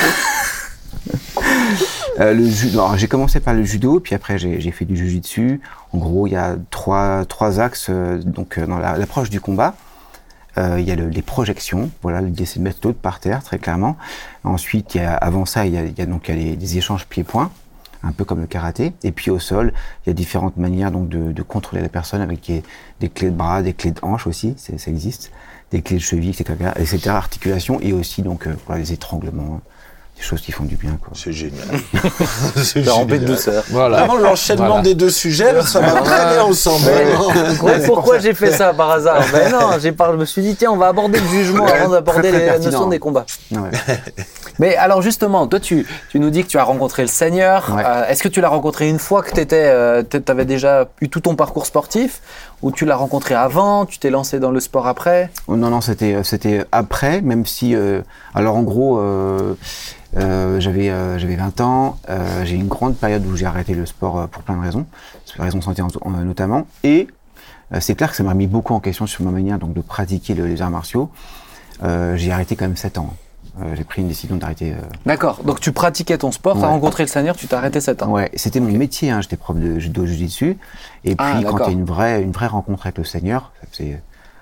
alors, j'ai commencé par le judo, puis après j'ai fait du jiu-jitsu. En gros, il y a trois axes dans l'approche du combat. Il y a les projections, voilà, l'idée c'est de mettre l'autre par terre, très clairement. Ensuite, avant ça, il y a des échanges pieds-poings, un peu comme le karaté. Et puis au sol, il y a différentes manières donc de contrôler la personne avec des clés de bras, des clés de hanches aussi, ça existe, des clés de cheville, etc. Articulation et aussi donc les étranglements. Des choses qui font du bien, quoi. C'est génial. C'est rempli de douceur. Voilà. Vraiment, l'enchaînement des deux sujets, ça va très bien ensemble. Mais pourquoi j'ai fait ça par hasard? Ben non, je me suis dit, tiens, on va aborder le jugement avant d'aborder la notion des combats. Ouais. Mais alors justement, toi, tu nous dis que tu as rencontré le Seigneur. Ouais. Est-ce que tu l'as rencontré une fois que tu avais déjà eu tout ton parcours sportif? Ou tu l'as rencontré avant? Tu t'es lancé dans le sport après? Non, c'était après, même si... alors en gros... j'avais 20 ans, j'ai eu une grande période où j'ai arrêté le sport pour plein de raisons, raisons de santé notamment, et c'est clair que ça m'a remis beaucoup en question sur ma manière donc de pratiquer les arts martiaux. J'ai arrêté quand même 7 ans. J'ai pris une décision d'arrêter. D'accord, donc tu pratiquais ton sport, tu as rencontré le Seigneur, tu t'es arrêté 7 ans. Ouais, c'était mon métier, j'étais prof de judo jiu-jitsu, et puis quand il y a une vraie rencontre avec le Seigneur, ça faisait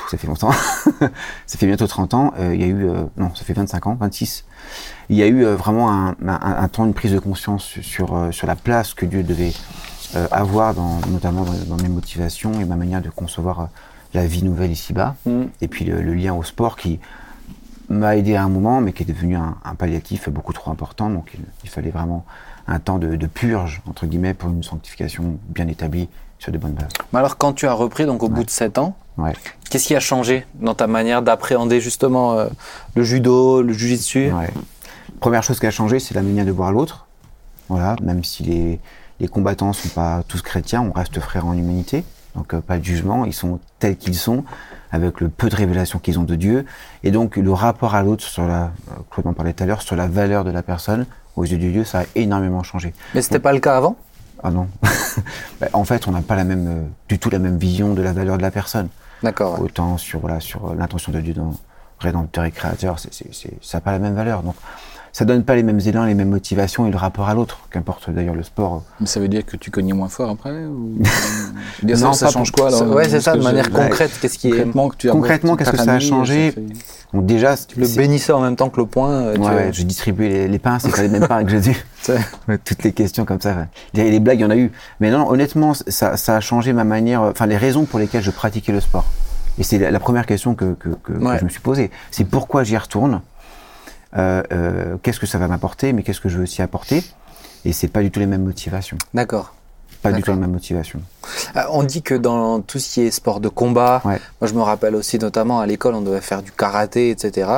ça fait longtemps. Ça fait bientôt 30 ans. Il y a eu, non, ça fait 25 ans, 26. Il y a eu vraiment un temps, une prise de conscience sur la place que Dieu devait avoir, notamment dans mes motivations et ma manière de concevoir la vie nouvelle ici-bas. Et puis le lien au sport qui m'a aidé à un moment, mais qui est devenu un palliatif beaucoup trop important. Donc il fallait vraiment un temps de purge, entre guillemets, pour une sanctification bien établie sur de bonnes bases. Mais alors, quand tu as repris, donc au bout de 7 ans, qu'est-ce qui a changé dans ta manière d'appréhender justement le judo, le jiu-jitsu? Première chose qui a changé, c'est la manière de voir l'autre. Voilà, même si les combattants ne sont pas tous chrétiens, on reste frères en humanité. Donc pas de jugement, ils sont tels qu'ils sont, avec le peu de révélation qu'ils ont de Dieu. Et donc le rapport à l'autre, Claude en parlait tout à l'heure, sur la valeur de la personne, aux yeux de Dieu, ça a énormément changé. Mais c'était pas le cas avant? Ah non. En fait, on n'a pas du tout la même vision de la valeur de la personne. D'accord. Autant sur l'intention de Dieu dans Rédempteur et Créateur, ça n'a pas la même valeur. Donc ça donne pas les mêmes élans, les mêmes motivations et le rapport à l'autre, qu'importe d'ailleurs le sport. Mais ça veut dire que tu cognais moins fort après ou... Non, ça change quoi alors? Ouais, c'est ça, de manière concrète, qu'est-ce qui est... Concrètement, qu'est-ce que ça a changé? Donc déjà, tu le bénissais en même temps que le poing. Je distribuais les pains, c'est pas les mêmes pains que Jésus. Toutes les questions comme ça. Les blagues, il y en a eu. Mais non, honnêtement, ça a changé ma manière, les raisons pour lesquelles je pratiquais le sport. Et c'est la première question que je me suis posée. C'est pourquoi j'y retourne. Qu'est-ce que ça va m'apporter, mais qu'est-ce que je veux aussi apporter? Et c'est pas du tout les mêmes motivations. D'accord. Pas du tout la même motivation. On dit que dans tout ce qui est sport de combat, moi je me rappelle aussi notamment à l'école, on devait faire du karaté, etc.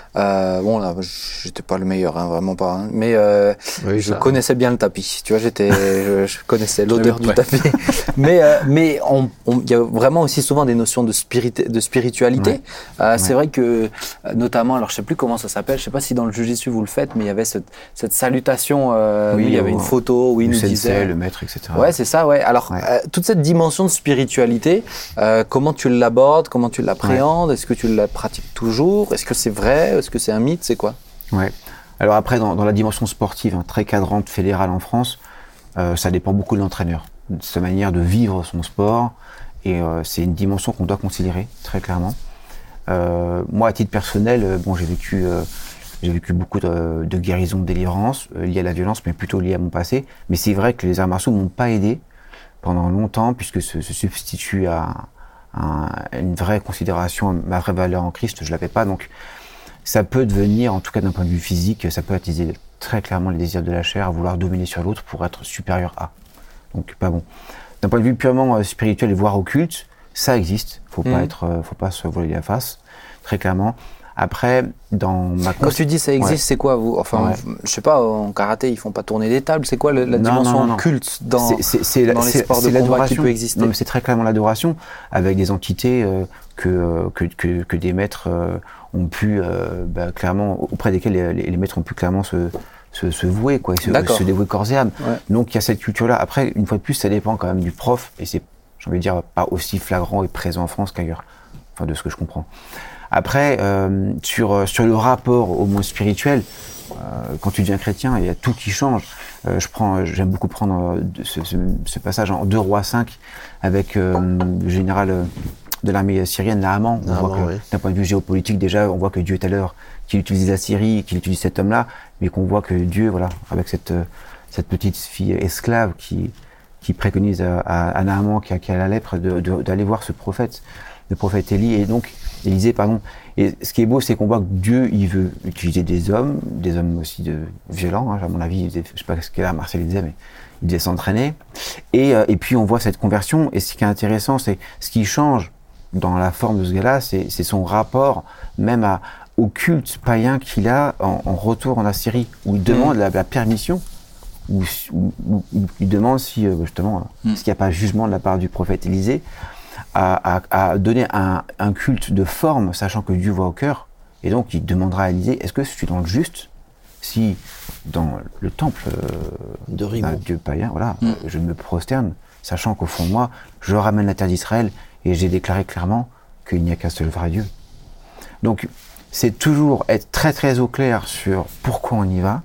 Bon là, j'étais pas le meilleur, vraiment pas. Hein. Mais je connaissais bien le tapis. Tu vois, je connaissais l'odeur du tapis. Mais il y a vraiment aussi souvent des notions de spiritualité. C'est vrai que notamment, alors je sais plus comment ça s'appelle, je sais pas si dans le jiu-jitsu vous le faites, mais il y avait cette salutation. Il y avait une photo où il nous disait le maître, etc. Ouais, c'est ça, ouais. Alors, toute cette dimension de spiritualité, comment tu l'abordes, comment tu l'appréhendes? Est-ce que tu la pratiques toujours? Est-ce que c'est vrai? Est-ce que c'est un mythe? C'est quoi? Ouais. Alors après, dans la dimension sportive, très cadrante, fédérale en France, ça dépend beaucoup de l'entraîneur, de sa manière de vivre son sport. Et c'est une dimension qu'on doit considérer, très clairement. Moi, à titre personnel, j'ai vécu beaucoup de guérison, de délivrance liées à la violence, mais plutôt liées à mon passé. Mais c'est vrai que les arts martiaux m'ont pas aidé pendant longtemps, puisque se substitue à une vraie considération, ma vraie valeur en Christ, je l'avais pas. Donc ça peut devenir, en tout cas d'un point de vue physique, ça peut attiser très clairement les désirs de la chair, à vouloir dominer sur l'autre pour être supérieur à. Donc pas bon. D'un point de vue purement spirituel et voire occulte, ça existe. Faut pas se voiler la face, très clairement. Après, quand tu dis ça existe, c'est quoi vous? Enfin, je sais pas, en karaté, ils font pas tourner des tables. C'est quoi la dimension culte dans les sports de combat qui peut exister? Non, mais c'est très clairement l'adoration, avec des entités que des maîtres ont pu, clairement, auprès desquels les maîtres ont pu clairement se vouer, quoi, se dévouer corps et âme. Donc il y a cette culture-là. Après, une fois de plus, ça dépend quand même du prof, et c'est, j'ai envie de dire, pas aussi flagrant et présent en France qu'ailleurs, enfin de ce que je comprends. Après, sur le rapport au monde spirituel, quand tu deviens chrétien, il y a tout qui change. J'aime beaucoup prendre ce passage en 2 Rois 5 avec le général de l'armée syrienne, Naaman. D'un point de vue géopolitique, déjà, on voit que Dieu est à l'heure, qu'il utilise la Syrie, qu'il utilise cet homme-là, mais qu'on voit que Dieu, avec cette petite fille esclave qui préconise à Naaman, qui a la lèpre, d'aller voir ce prophète, le prophète Élisée, pardon. Et ce qui est beau, c'est qu'on voit que Dieu, il veut utiliser des hommes aussi violents, à mon avis, je sais pas ce qu'est là, Marcel disait, mais il devait s'entraîner. Et puis on voit cette conversion, et ce qui est intéressant, c'est ce qui change dans la forme de ce gars-là, c'est son rapport même au culte païen qu'il a en retour en Assyrie, où il demande la permission, où il demande si, justement, s'il n'y a pas jugement de la part du prophète Élisée, à donner un culte de forme, sachant que Dieu voit au cœur, et donc il demandera à Élisée, est-ce que je suis dans le juste si dans le temple d'un Dieu païen, je me prosterne, sachant qu'au fond de moi, je ramène la terre d'Israël, et j'ai déclaré clairement qu'il n'y a qu'un seul vrai Dieu. Donc c'est toujours être très très au clair sur pourquoi on y va.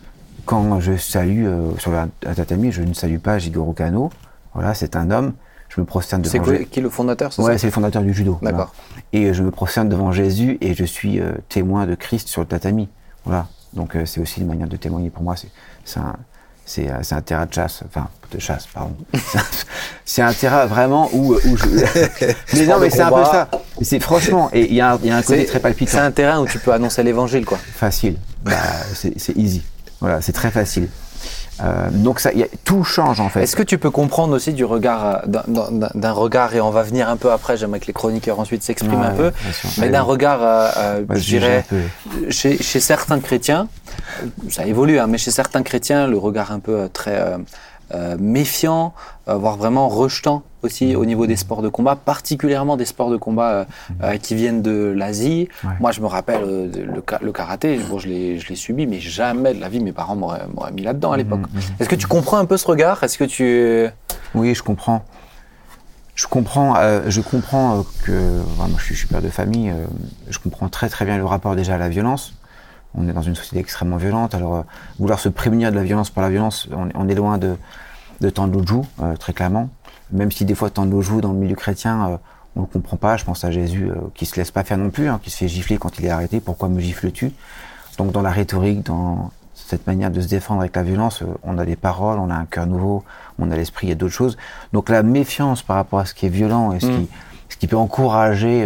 Quand je salue sur la tatami, je ne salue pas Jigoro Kano, c'est un homme. je me prosterne C'est devant Jésus. qui le fondateur, c'est Ouais, ça? c'est le fondateur du judo. D'accord. Voilà. Et je me prosterne devant Jésus et je suis témoin de Christ sur le tatami. Voilà. Donc c'est aussi une manière de témoigner pour moi. C'est un terrain de chasse, pardon. C'est un terrain vraiment où mais non, mais c'est un peu ça. C'est franchement, et il y a un côté très palpitant. C'est un terrain où tu peux annoncer l'évangile, quoi. Facile. C'est easy. Voilà, c'est très facile. Donc tout change en fait. Est-ce que tu peux comprendre aussi du regard, d'un regard, et on va venir un peu après, j'aimerais que les chroniqueurs ensuite s'expriment un peu, mais d'un regard, je dirais, chez certains chrétiens, ça évolue, hein, mais chez certains chrétiens, le regard un peu très méfiant, voire vraiment rejetant aussi au niveau des sports de combat, particulièrement des sports de combat qui viennent de l'Asie. Ouais. Moi, je me rappelle le karaté, bon, je l'ai subi, mais jamais de la vie, mes parents m'auraient mis là-dedans à l'époque. Est-ce que tu comprends un peu ce regard? Est-ce que tu... Oui, je comprends. Je comprends que... moi, je suis père de famille, je comprends très très bien le rapport déjà à la violence. On est dans une société extrêmement violente, alors vouloir se prémunir de la violence par la violence, on est loin de Tennoju, très clairement. Même si des fois Tennoju dans le milieu chrétien, on ne le comprend pas. Je pense à Jésus qui se laisse pas faire non plus, qui se fait gifler quand il est arrêté. Pourquoi me gifles-tu? Donc dans la rhétorique, dans cette manière de se défendre avec la violence, on a des paroles, on a un cœur nouveau, on a l'esprit, il y a d'autres choses. Donc la méfiance par rapport à ce qui est violent et ce qui peut encourager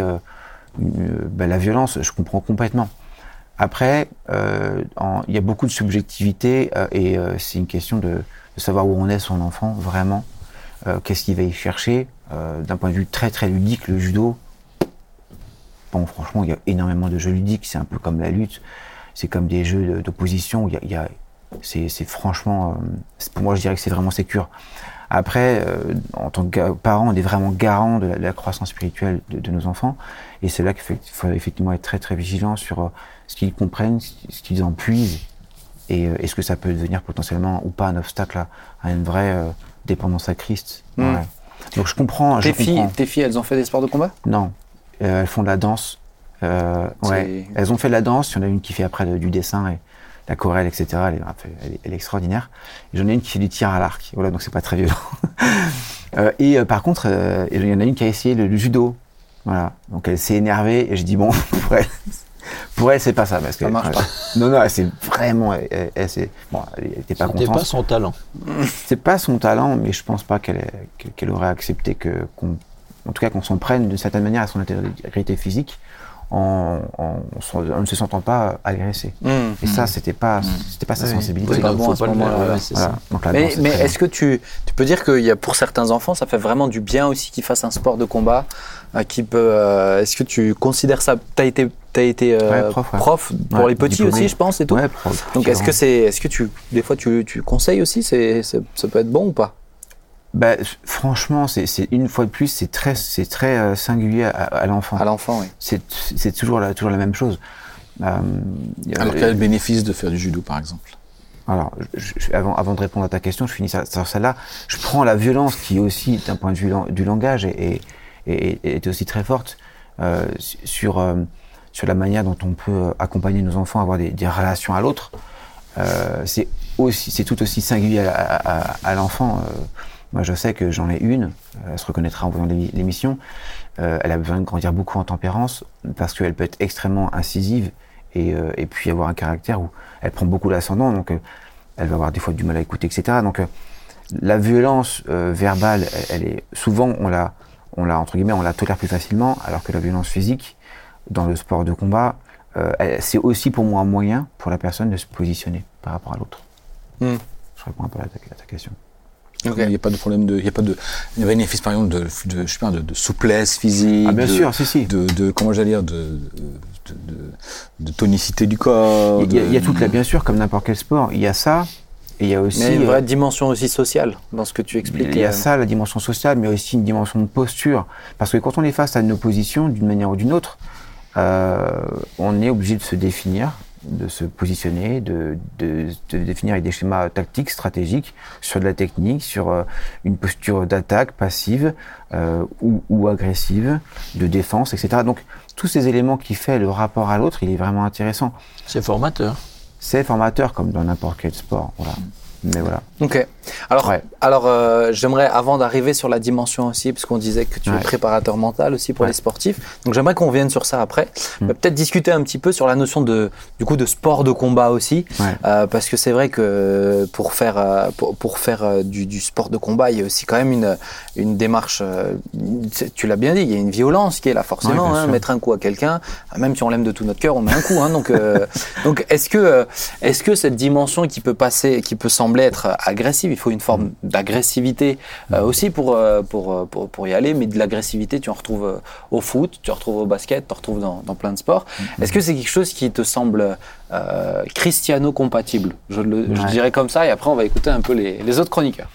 la violence, je comprends complètement. Après, il y a beaucoup de subjectivité et c'est une question de savoir où on est son enfant, vraiment. Qu'est-ce qu'il va y chercher d'un point de vue très très ludique, le judo. Bon, franchement, il y a énormément de jeux ludiques. C'est un peu comme la lutte. C'est comme des jeux d'opposition. C'est franchement, pour moi, je dirais que c'est vraiment sécure. Après, en tant que parents, on est vraiment garant de la croissance spirituelle de nos enfants. Et c'est là qu'il faut effectivement être très très vigilant sur ce qu'ils comprennent, ce qu'ils en puisent, et est-ce que ça peut devenir potentiellement ou pas un obstacle à une vraie dépendance à Christ. Ouais. Donc je comprends. Tes filles, elles ont fait des sports de combat? Non, elles font de la danse. Ouais. Elles ont fait de la danse. Il y en a une qui fait après du dessin et la chorale, etc. Elle est extraordinaire. Et j'en ai une qui fait du tir à l'arc. Voilà, donc c'est pas très violent. Et par contre, il y en a une qui a essayé le judo. Voilà. Donc elle s'est énervée et je dis bon, pour elle, c'est pas ça. Parce que, ça marche pas. Non, c'est vraiment, elle était pas contente. C'était pas son talent. C'est pas son talent, mais je pense pas qu'elle aurait accepté en tout cas qu'on s'en prenne d'une certaine manière à son intégrité physique en ne se sentant pas agressé. Et ça, c'était pas sa sensibilité. C'est pas bon à ce moment-là. Mais est-ce que tu peux dire qu'il y a pour certains enfants, ça fait vraiment du bien aussi qu'ils fassent un sport de combat qui peut. Est-ce que tu considères ça? T'as été prof pour les petits diplômé. Aussi, je pense, et tout. Ouais, prof. Donc est-ce que des fois tu conseilles aussi? Ça peut être bon ou pas? Franchement, c'est une fois de plus, c'est très singulier à l'enfant. À l'enfant, oui. C'est toujours la même chose. Alors quel est le bénéfice de faire du judo, par exemple? Alors, avant de répondre à ta question, je finis sur celle-là. Je prends la violence qui est aussi, d'un point de vue du langage, est aussi très forte sur la manière dont on peut accompagner nos enfants à avoir des relations à l'autre. C'est tout aussi singulier à l'enfant. Moi, je sais que j'en ai une, elle se reconnaîtra en voyant l'émission. Elle a besoin de grandir beaucoup en tempérance parce qu'elle peut être extrêmement incisive et puis avoir un caractère où elle prend beaucoup l'ascendant, donc elle va avoir des fois du mal à écouter, etc. Donc la violence verbale, elle est souvent on la entre guillemets on la tolère plus facilement, alors que la violence physique dans le sport de combat, c'est aussi pour moi un moyen pour la personne de se positionner par rapport à l'autre. Je réponds un peu à ta question. Okay. Il n'y a pas de problème il n'y a pas de bénéfice par exemple de souplesse physique. Ah bien sûr, si. De comment j'allais dire de tonicité du corps. Il y a toute bien sûr, comme n'importe quel sport, il y a ça. Et il y a aussi. Mais une vraie dimension aussi sociale dans ce que tu expliques. Il y a ça, la dimension sociale, mais aussi une dimension de posture. Parce que quand on est face à une opposition, d'une manière ou d'une autre, on est obligé de se définir, de se positionner, de définir avec des schémas tactiques, stratégiques, sur de la technique, sur une posture d'attaque passive ou agressive, de défense, etc. Donc tous ces éléments qui font le rapport à l'autre, il est vraiment intéressant. C'est formateur. C'est formateur comme dans n'importe quel sport, voilà. Mais voilà. Ok. Alors, j'aimerais, avant d'arriver sur la dimension aussi, parce qu'on disait que tu es préparateur mental aussi pour les sportifs, donc j'aimerais qu'on revienne sur ça après. Peut-être discuter un petit peu sur la notion de sport de combat aussi, parce que c'est vrai que pour faire du sport de combat, il y a aussi quand même une démarche, tu l'as bien dit, il y a une violence qui est là forcément, mettre un coup à quelqu'un, même si on l'aime de tout notre cœur, on met un coup. Donc est-ce que cette dimension qui peut sembler être agressive, il faut une forme d'agressivité aussi pour y aller, mais de l'agressivité tu en retrouves au foot, tu en retrouves au basket, tu en retrouves dans plein de sports. Est-ce que c'est quelque chose qui te semble cristiano-compatible? Je dirais comme ça, et après on va écouter un peu les autres chroniqueurs.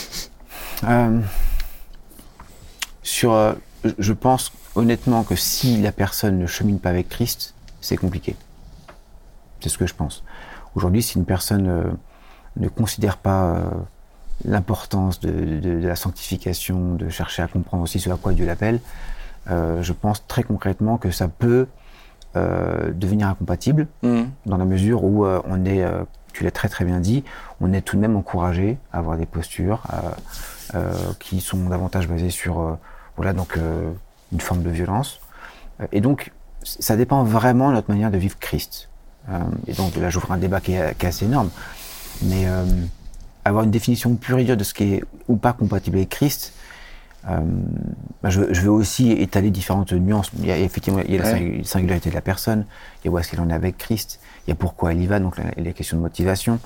Je pense honnêtement que si la personne ne chemine pas avec Christ, c'est compliqué. C'est ce que je pense. Aujourd'hui, si une personne ne considère pas l'importance de la sanctification, de chercher à comprendre aussi ce à quoi Dieu l'appelle, je pense très concrètement que ça peut devenir incompatible, dans la mesure où on est, tu l'as très très bien dit, on est tout de même encouragé à avoir des postures qui sont davantage basées sur une forme de violence. Et donc, ça dépend vraiment de notre manière de vivre Christ. Et donc là, j'ouvre un débat qui est assez énorme. Mais avoir une définition pure et dure de ce qui est ou pas compatible avec Christ, je vais aussi étaler différentes nuances. Il y a la singularité de la personne, il y a où est-ce qu'elle en est avec Christ, il y a pourquoi elle y va, donc les questions de motivation.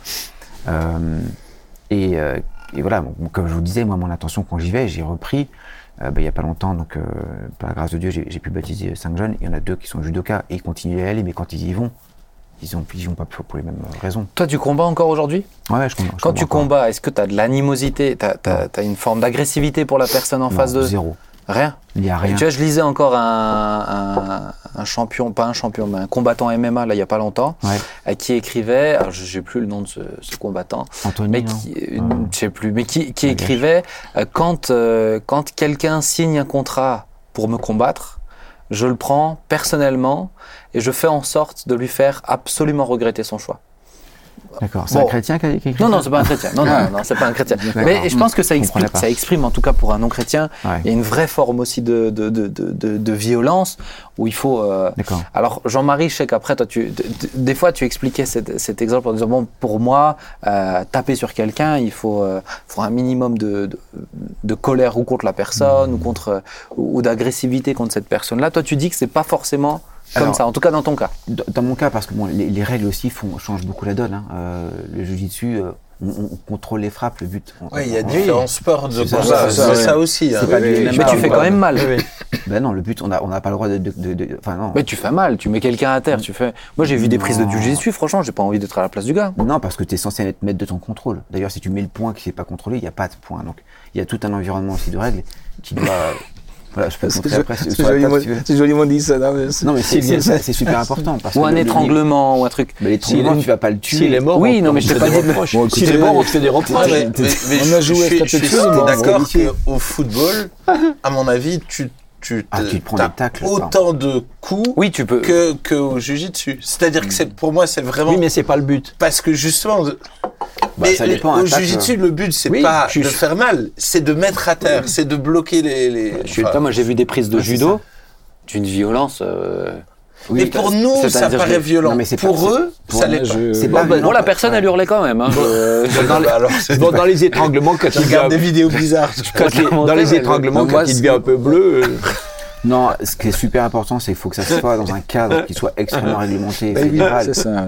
Et voilà, comme je vous disais, moi, mon intention quand j'y vais, j'ai repris. Il y a pas longtemps, donc par la grâce de Dieu, j'ai pu baptiser 5 jeunes. Il y en a 2 qui sont judokas et ils continuent à y aller, mais quand ils y vont, ils vont pas pour les mêmes raisons. Toi, tu combats encore aujourd'hui ? Ouais, je combats. Quand tu combats, est-ce que tu as de l'animosité, t'as une forme d'agressivité pour la personne en face de... Zéro. Rien ? Il n'y a rien. Tu vois, je lisais encore un champion, pas un champion, mais un combattant MMA, là, il n'y a pas longtemps, qui écrivait, alors je n'ai plus le nom de ce combattant, Anthony, je sais plus, mais qui écrivait, quand quelqu'un signe un contrat pour me combattre, je le prends personnellement et je fais en sorte de lui faire absolument regretter son choix. D'accord. C'est un chrétien qui a écrit ça ? Non, c'est pas un chrétien. Non, c'est pas un chrétien. Mais je pense que ça exprime, en tout cas pour un non-chrétien, il y a une vraie forme aussi de violence où il faut. Alors Jean-Marie, je sais qu'après toi, des fois tu expliquais cet exemple en disant bon, pour moi, taper sur quelqu'un, il faut un minimum de colère ou contre la personne ou d'agressivité contre cette personne-là. Toi, tu dis que c'est pas forcément comme ça, en tout cas dans ton cas. Dans mon cas, parce que les règles aussi changent beaucoup la donne. Le jiu-jitsu, on contrôle les frappes, le but. Il y a différents sports de combat, c'est ça aussi. Mais tu fais quand même mal. Ben non, le but, on n'a pas le droit non. Mais tu fais mal, tu mets quelqu'un à terre. Moi, j'ai vu des prises de jiu-jitsu, franchement, j'ai pas envie d'être à la place du gars. Non, parce que tu es censé être maître de ton contrôle. D'ailleurs, si tu mets le point qui n'est pas contrôlé, il n'y a pas de point. Donc, il y a tout un environnement aussi de règles qui doit. Voilà, je peux te montrer après. C'est joliment dit ça. Non, mais c'est super important. Ou un étranglement, ou un truc. Mais l'étranglement, tu vas pas le tuer. S'il est mort, oui, non, mais je t'ai pas dit de reproche. S'il est mort, on te fait des reproches. On a joué. Je suis d'accord qu'au football, à mon avis, tu tapes autant de coups qu'au jiu-jitsu. C'est-à-dire que pour moi, c'est vraiment. Oui, mais c'est pas le but. Parce que justement. Mais au jiu-jitsu, le but, c'est pas de faire mal, c'est de mettre à terre, c'est de bloquer les... Moi, j'ai vu des prises de judo d'une violence... Mais pour nous, ça paraît violent. Mais pour eux, ça l'est pas. Bon, la personne, elle hurlait quand même. Dans les étranglements, quand il regarde des vidéos bizarres. Dans les étranglements, quand il devient un peu bleu... Non, ce qui est super important, c'est qu'il faut que ça se fasse dans un cadre qui soit extrêmement réglementé. C'est ça.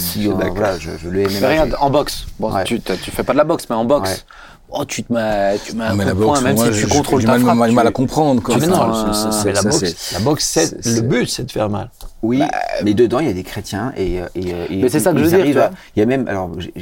Je le aimais. Mais regarde, en boxe, tu fais pas de la boxe, mais en boxe, tu te mets un coup de poing, même si tu contrôles ta frappe. J'ai du mal à comprendre. La boxe, le but, c'est de faire mal. Oui, mais dedans, il y a des chrétiens et mais c'est ça que je veux dire. Il y a même,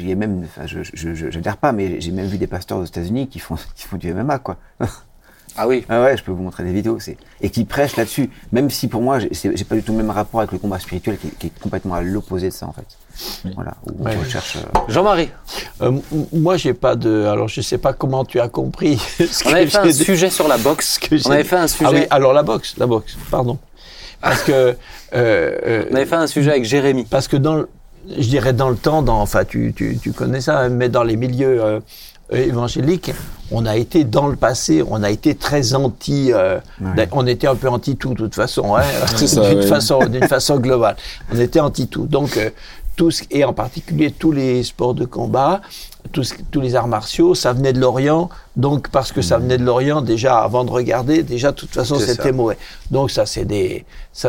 je n'adhère pas, mais j'ai même vu des pasteurs aux États-Unis qui font du MMA, quoi. Ah oui. Ah ouais, je peux vous montrer des vidéos, et qui prêchent là-dessus. Même si pour moi, j'ai pas du tout le même rapport avec le combat spirituel qui est complètement à l'opposé de ça, en fait. Oui. Voilà. Où je recherche. Jean-Marie. Moi, j'ai pas de. Alors, je sais pas comment tu as compris. On avait fait un sujet sur la boxe. On avait fait un sujet. Ah oui, alors la boxe, pardon. Parce que. On avait fait un sujet avec Jérémy. Parce que je dirais dans le temps, enfin, tu connais ça, mais dans les milieux évangélique, on a été dans le passé, on a été très anti, on était un peu anti tout de toute façon, hein, d'une façon globale. On était anti tout. Donc et en particulier tous les sports de combat, tous les arts martiaux, ça venait de l'Orient. Donc parce que ça venait de l'Orient, déjà avant de regarder, déjà de toute façon c'était mauvais. Donc ça c'est des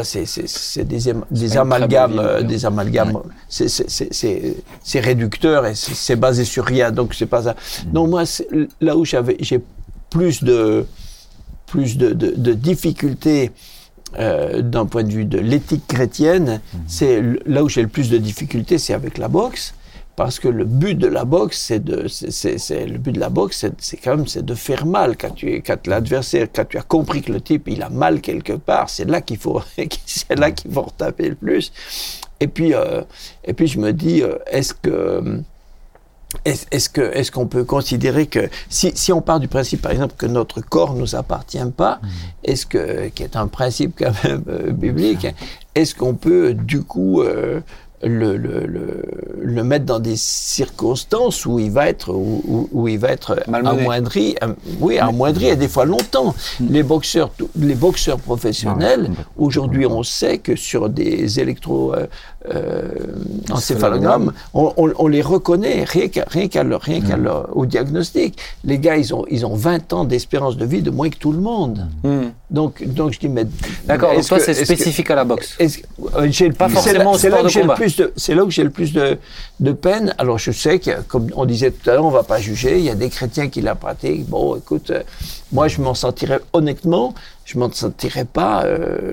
amalgames, c'est réducteur et c'est basé sur rien. Donc c'est pas ça. Donc moi là où j'ai plus de difficultés d'un point de vue de l'éthique chrétienne, c'est là où j'ai le plus de difficultés, c'est avec la boxe. Parce que le but de la boxe, c'est de faire mal. Quand l'adversaire, quand tu as compris que le type, il a mal quelque part, c'est là qu'il faut retaper le plus. Et puis je me dis, est-ce qu'on peut considérer que si on part du principe, par exemple, que notre corps nous appartient pas, qui est un principe quand même biblique, est-ce qu'on peut du coup le mettre dans des circonstances où il va être amoindri, amoindri et des fois longtemps. Les boxeurs professionnels, aujourd'hui on sait que sur des encéphalogrammes, on les reconnaît rien qu'à au diagnostic. Les gars, ils ont 20 ans d'espérance de vie de moins que tout le monde. Donc je dis, mais d'accord, donc toi c'est spécifique à la boxe. Pas forcément au sport de combat. C'est là où j'ai le plus de peine. Alors je sais que, comme on disait tout à l'heure, on va pas juger. Il y a des chrétiens qui la pratiquent. Bon, écoute, moi je m'en sentirais honnêtement, je m'en sentirais pas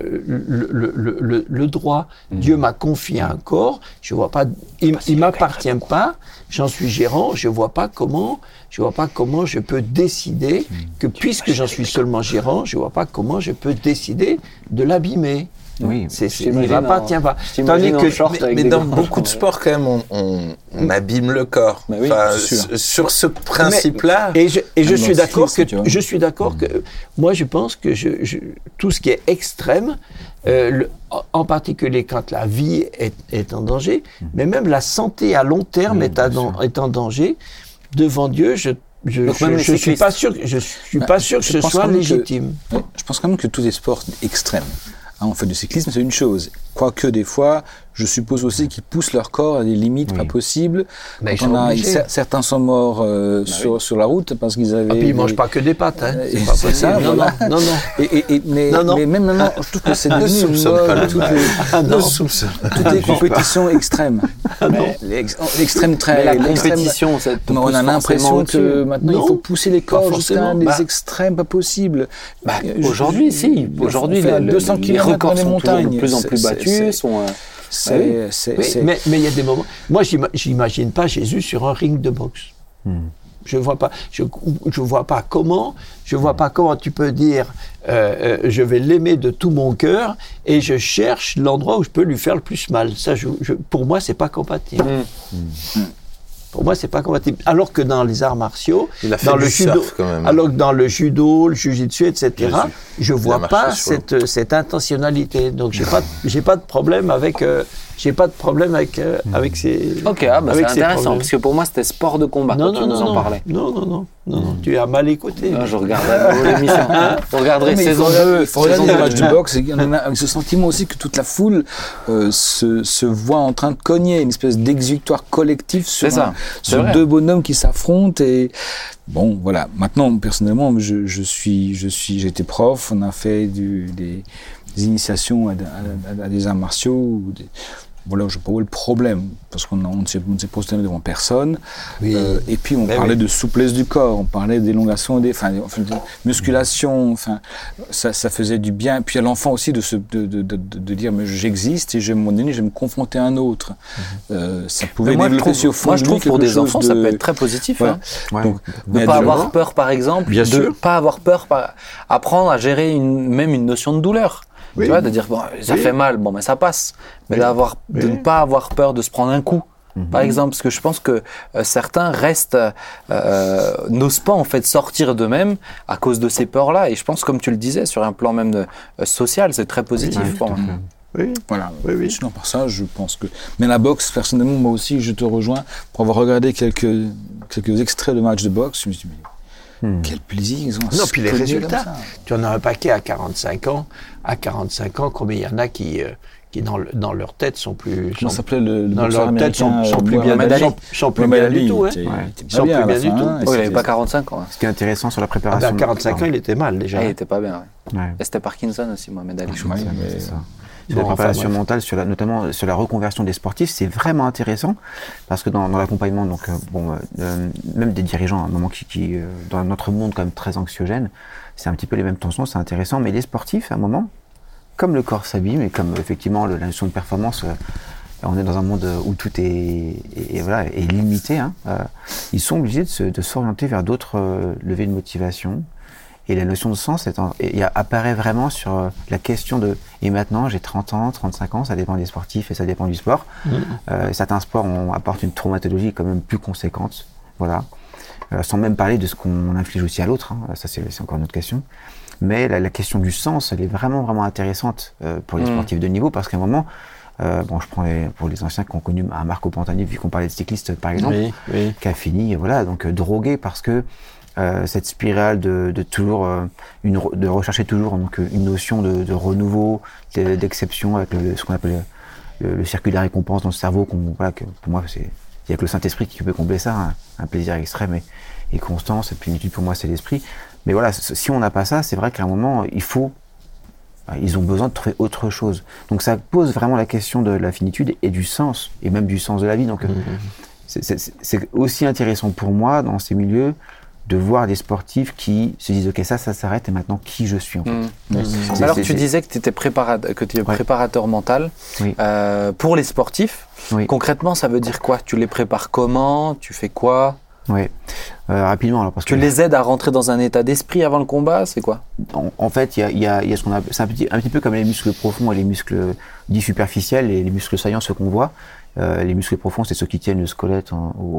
le droit. Dieu m'a confié un corps. Je vois pas, il m'appartient pas. J'en suis gérant. Je vois pas comment je peux décider que, puisque j'en suis seulement gérant, je vois pas comment je peux décider de l'abîmer. Oui, il m'appartient pas. Tandis que, mais dans beaucoup de sports, quand même, on abîme le corps. Oui, sur ce principe-là. Et je suis d'accord que moi, je pense que tout ce qui est extrême, en particulier quand la vie est en danger, mais même la santé à long terme est en danger, devant Dieu, je suis pas sûr que ce soit légitime. Je pense quand même que tous les sports extrêmes, on fait du cyclisme, c'est une chose. Quoique des fois, je suppose aussi qu'ils poussent leur corps à des limites pas possibles. Certains sont morts sur la route parce qu'ils avaient... puis ils mangent pas que des pâtes, hein. C'est pas possible. Ça, non. Mais même maintenant, je trouve que c'est devenu une mode, toutes les compétitions extrêmes. L'extrême trail, la compétition, on a l'impression que maintenant il faut pousser les corps jusqu'à des extrêmes pas possibles. Aujourd'hui, si. Aujourd'hui, les records sont de plus en plus battus. Mais il y a des moments. Moi, j'imagine pas Jésus sur un ring de boxe. Je vois pas comment tu peux dire je vais l'aimer de tout mon cœur et je cherche l'endroit où je peux lui faire le plus mal. Ça, pour moi, c'est pas compatible. Pour moi, c'est pas compatible. Alors que dans les arts martiaux, dans le judo, alors que dans le judo, le jiu-jitsu, etc., je vois pas cette intentionnalité. Donc, j'ai pas de problème avec ces. Ok, c'est intéressant parce que pour moi, c'était sport de combat. Non, en parlais. Non. Tu as mal écouté. Je regarderai l'émission. Vous regarderez saison 2. Il faut regarder les matchs de boxe. Il y en a avec ce sentiment aussi que toute la foule se voit en train de cogner, une espèce d'exutoire collectif sur deux bonhommes qui s'affrontent. Et bon, voilà. Maintenant, personnellement, j'ai été prof. On a fait des initiations à des arts martiaux. Voilà, je ne vois pas où est le problème, parce qu'on ne s'est positionné devant personne. Oui. Et puis, on parlait de souplesse du corps, on parlait d'élongation, de musculation, ça faisait du bien. Et puis, à l'enfant aussi de dire, mais j'existe et à un moment donné, je vais me confronter à un autre. Ça pouvait développer sur fond. Moi, je trouve que pour des enfants, ça peut être très positif. Voilà. Donc, de ne pas avoir peur, par exemple, pas avoir peur, apprendre à gérer même une notion de douleur. Tu vois, de dire, ça fait mal, mais ça passe. Mais de ne pas avoir peur de se prendre un coup, par exemple. Parce que je pense que certains n'osent pas, en fait, sortir d'eux-mêmes à cause de ces peurs-là. Et je pense, comme tu le disais, sur un plan même social, c'est très positif pour moi. Oui. Voilà. Oui. Sinon, par ça, je pense que. Mais la boxe, personnellement, moi aussi, je te rejoins. Pour avoir regardé quelques extraits de matchs de boxe, je me suis dit, mais quel plaisir ils ont à Non, se puis les cogner résultats. comme ça. Tu en as un paquet à 45 ans. À 45 ans, combien il y en a qui dans leur tête sont plus. Comment s'appelait le dans boxeur leur tête américain, sont plus bien, Mohamed Ali. sont plus bien du tout. Hein. Ils sont plus bien du tout. il n'avait pas 45 ans. Hein. Ce qui est intéressant sur la À préparation. 45 ans, il était mal déjà. Ah, il était pas bien. Ouais. Ouais. Et c'était Parkinson aussi, Mohamed Ali. je Ouais, crois. mais- C'est ça. Bon, La préparation enfin, bref. mentale, notamment sur la reconversion des sportifs, c'est vraiment intéressant parce que dans l'accompagnement, donc même des dirigeants, à un moment qui dans notre monde quand même très anxiogène, c'est un petit peu les mêmes tensions, c'est intéressant. Mais les sportifs, à un moment, comme le corps s'abîme et comme effectivement la notion de performance, on est dans un monde où tout est limité. Hein, ils sont obligés de s'orienter vers d'autres levées de motivation. Et la notion de sens apparaît vraiment sur la question de « et maintenant j'ai 30 ans, 35 ans », ça dépend des sportifs et ça dépend du sport. Certains sports apportent une traumatologie quand même plus conséquente, voilà. Sans même parler de ce qu'on inflige aussi à l'autre, hein. Ça c'est encore une autre question. Mais la question du sens, elle est vraiment, vraiment intéressante pour les sportifs de niveau parce qu'à un moment, je prends pour les anciens qui ont connu un Marco Pantani, vu qu'on parlait de cycliste par exemple, qui a fini, voilà, donc drogué parce que cette spirale de toujours de rechercher toujours donc une notion de renouveau, d'exception avec ce qu'on appelle le circuit de la récompense dans le cerveau, que pour moi il y a que le Saint-Esprit qui peut combler ça, hein, un plaisir extrême et constant. Cette plénitude pour moi c'est l'esprit. Mais voilà, si on n'a pas ça, c'est vrai qu'à un moment ils ont besoin de trouver autre chose. Donc ça pose vraiment la question de la finitude et du sens, et même du sens de la vie. Donc c'est aussi intéressant pour moi dans ces milieux de voir des sportifs qui se disent « Ok, ça s'arrête et maintenant qui je suis en fait ». Alors tu disais que tu étais préparateur mental Oui. pour les sportifs. Oui. Concrètement, ça veut dire quoi? Tu les prépares comment? Tu fais quoi? Oui, rapidement alors parce Tu que les aides à rentrer dans un état d'esprit avant le combat? C'est quoi? en fait il y a ce qu'on appelle, c'est un petit peu comme les muscles profonds et les muscles dits superficiels et les muscles saillants, ceux qu'on voit. Les muscles profonds, c'est ceux qui tiennent le squelette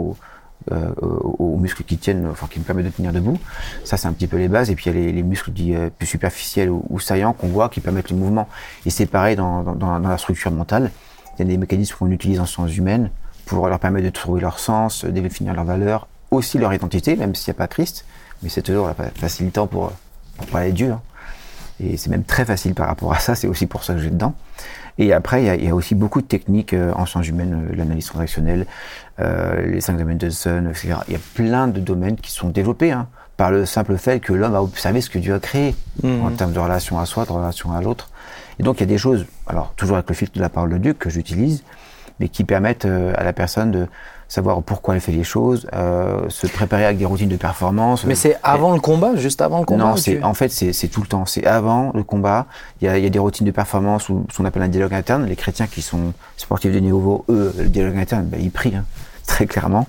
aux muscles qui tiennent, enfin qui me permettent de tenir debout. Ça c'est un petit peu les bases. Et puis il y a les muscles dits plus superficiels ou saillants qu'on voit qui permettent le mouvement. Et c'est pareil dans la structure mentale. Il y a des mécanismes qu'on utilise en sciences humaines pour leur permettre de trouver leur sens, de définir leurs valeurs, aussi leur identité, même s'il n'y a pas Christ. Mais c'est toujours facilitant pour parler de Dieu. Hein. Et c'est même très facile par rapport à ça. C'est aussi pour ça que j'ai dedans. Et après, il y a aussi beaucoup de techniques en sciences humaines, l'analyse transactionnelle, les 5 domaines de Sun, etc. Il y a plein de domaines qui sont développés par le simple fait que l'homme a observé ce que Dieu a créé en termes de relation à soi, de relation à l'autre. Et donc, il y a des choses, alors toujours avec le filtre de la parole de Dieu que j'utilise, mais qui permettent à la personne de savoir pourquoi elle fait les choses, se préparer avec des routines de performance. Mais c'est avant le combat, juste avant le combat? Non, en fait, c'est tout le temps. C'est avant le combat. Il y a des routines de performance ou ce qu'on appelle un dialogue interne. Les chrétiens qui sont sportifs de niveau, eux, le dialogue interne, ils prient, très clairement.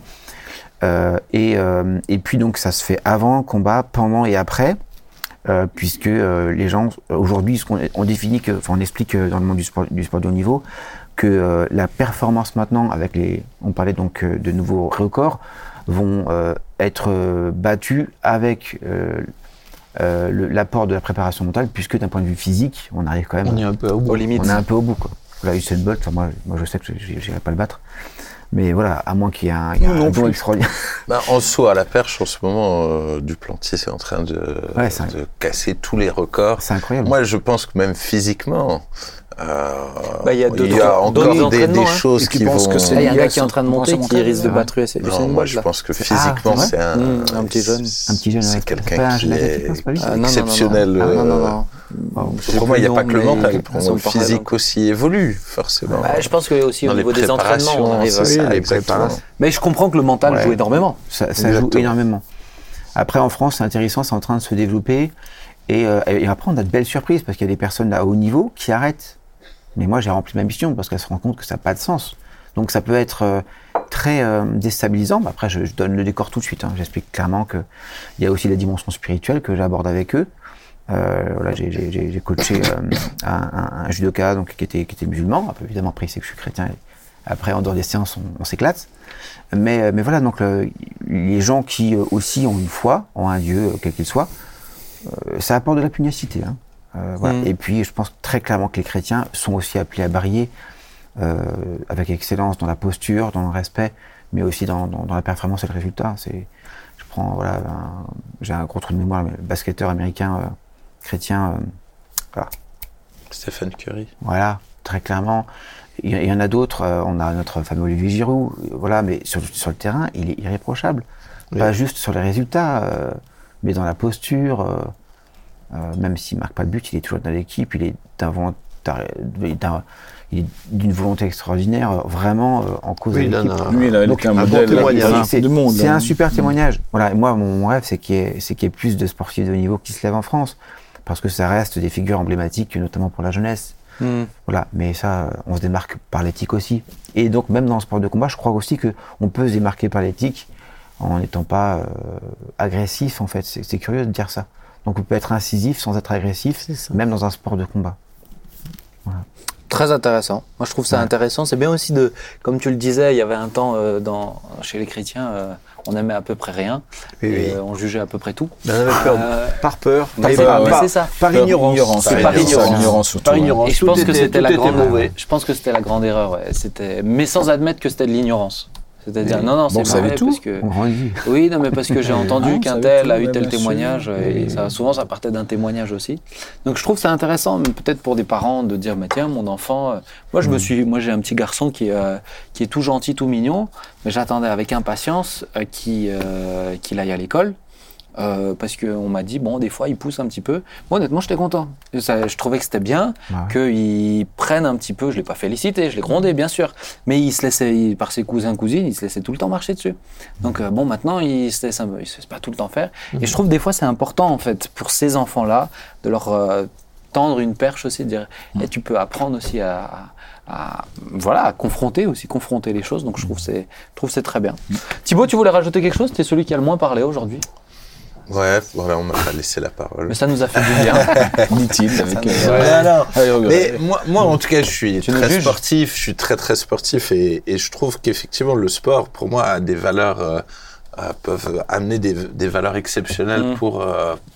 Et puis donc, ça se fait avant le combat, pendant et après, puisque les gens, aujourd'hui, on définit on explique dans le monde du sport de haut niveau, que la performance maintenant, on parlait donc de nouveaux records, vont être battus avec l'apport de la préparation mentale, puisque d'un point de vue physique, on arrive quand même. On est un peu au bout. Aux limites. On est un peu au bout, quoi. Là, Usain Bolt, moi je sais que je n'irai pas le battre. Mais voilà, à moins qu'il y ait un don extraordinaire. En saut à la perche, en ce moment, Duplantis est en train de casser tous les records. C'est incroyable. Moi, je pense que même physiquement, il y a encore des choses qui vont... Il y a un gars qui est en train de monter qui risque de battre Usain Bolt. Moi, je pense que physiquement, c'est un petit jeune. C'est quelqu'un qui est exceptionnel. Non. Pour moi, il n'y a pas que le mental. Pour moi, le physique aussi évolue, forcément. Je pense que aussi au niveau des entraînements, on arrive à ça. Mais je comprends que le mental joue énormément. Ça joue énormément. Après, en France, c'est intéressant, c'est en train de se développer. Et après, on a de belles surprises parce qu'il y a des personnes à haut niveau qui arrêtent. Mais moi, j'ai rempli ma mission parce qu'elles se rendent compte que ça n'a pas de sens. Donc, ça peut être très déstabilisant. Après, je donne le décor tout de suite. J'explique clairement qu'il y a aussi la dimension spirituelle que j'aborde avec eux. J'ai coaché un judoka donc, qui était musulman. Évidemment, après, il sait que je suis chrétien. Après, en dehors des séances, on s'éclate. Mais voilà, donc les gens qui aussi ont une foi, ont un Dieu, quel qu'il soit, ça apporte de la pugnacité. Voilà. Et puis, je pense très clairement que les chrétiens sont aussi appelés à briller avec excellence dans la posture, dans le respect, mais aussi dans la performance et le résultat. J'ai un gros trou de mémoire, mais le basketteur américain chrétien, voilà. Stephen Curry. Voilà, très clairement. Il y en a d'autres. On a notre fameux Olivier Giroud, voilà, mais sur le terrain, il est irréprochable. Oui. Pas juste sur les résultats, mais dans la posture. Même s'il marque pas de but, il est toujours dans l'équipe. Il est d'une volonté extraordinaire, vraiment en cause de l'équipe. Lui, il a un modèle du monde. C'est un super témoignage. Voilà. Et moi, mon rêve, c'est qu'il y ait plus de sportifs de haut niveau qui se lèvent en France, parce que ça reste des figures emblématiques, notamment pour la jeunesse. Voilà. Mais ça, on se démarque par l'éthique aussi. Et donc, même dans le sport de combat, je crois aussi qu'on peut se démarquer par l'éthique en n'étant pas agressif, en fait. C'est curieux de dire ça. Donc, on peut être incisif sans être agressif, même dans un sport de combat. Voilà. Très intéressant. Moi, je trouve ça intéressant. C'est bien aussi comme tu le disais, il y avait un temps chez les chrétiens, on aimait à peu près rien. On jugeait à peu près tout. On avait peur, par peur. Mais c'est ça. Par ignorance. Par ignorance. Et je pense que c'était la grande erreur. Ouais. Mais sans admettre que c'était de l'ignorance. C'est-à-dire, non, c'est vrai parce que... Oui, non, mais parce que j'ai entendu qu'un tel a eu tel témoignage, et souvent ça partait d'un témoignage aussi. Donc je trouve ça intéressant, peut-être pour des parents, de dire, mais tiens, mon enfant... Moi, j'ai un petit garçon qui est tout gentil, tout mignon, mais j'attendais avec impatience qu'il aille à l'école. Parce qu'on m'a dit, bon, des fois, il pousse un petit peu. Moi, honnêtement, j'étais content. Je trouvais que c'était bien qu'il prenne un petit peu. Je ne l'ai pas félicité, je l'ai grondé, bien sûr. Mais il se laissait, par ses cousins, cousines, il se laissait tout le temps marcher dessus. Donc, maintenant, il se laisse pas tout le temps faire. Et je trouve, des fois, c'est important, en fait, pour ces enfants-là, de leur tendre une perche aussi, de dire, tu peux apprendre aussi à confronter les choses. Donc, je trouve que c'est très bien. Thibaut, tu voulais rajouter quelque chose? Tu es celui qui a le moins parlé aujourd'hui. Ouais, voilà, on m'a pas laissé la parole. Mais ça nous a fait du bien, dit-il. Mais moi, en tout cas, je suis très sportif. Je suis très, très sportif et je trouve qu'effectivement, le sport, pour moi, a des valeurs, peuvent amener des valeurs exceptionnelles pour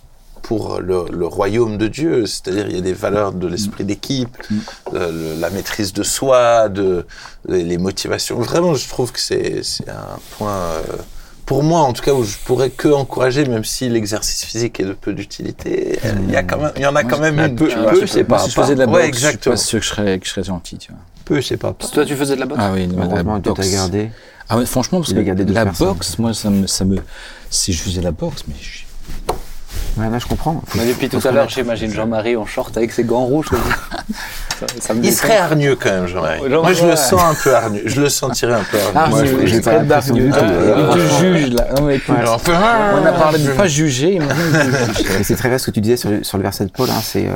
le royaume de Dieu. C'est-à-dire, il y a des valeurs de l'esprit d'équipe, la maîtrise de soi, les motivations. Vraiment, je trouve que c'est un point... pour moi, en tout cas, où je pourrais que encourager, même si l'exercice physique est de peu d'utilité, il y en a quand même une. Peu, c'est pas. Si je faisais de la boxe, je suis pas sûr que je serais gentil, tu vois. Peu, c'est pas. Toi, tu faisais de la boxe? Ah oui, la boxe. Tu as gardé. Ah ouais, franchement, parce que la boxe, moi, si je faisais la boxe, mais Ouais, là, je comprends. Mais depuis tout à l'heure, j'imagine Jean-Marie en short avec ses gants rouges. Il serait hargneux quand même, Jean-Marie. Moi, je le sens un peu hargneux. Je le sentirais un peu hargneux. Moi, j'ai pas d'hargneux. Tu juges, là. Non, mais écoute, on a parlé de ne pas juger. C'est très vrai ce que tu disais sur le verset de Paul. C'est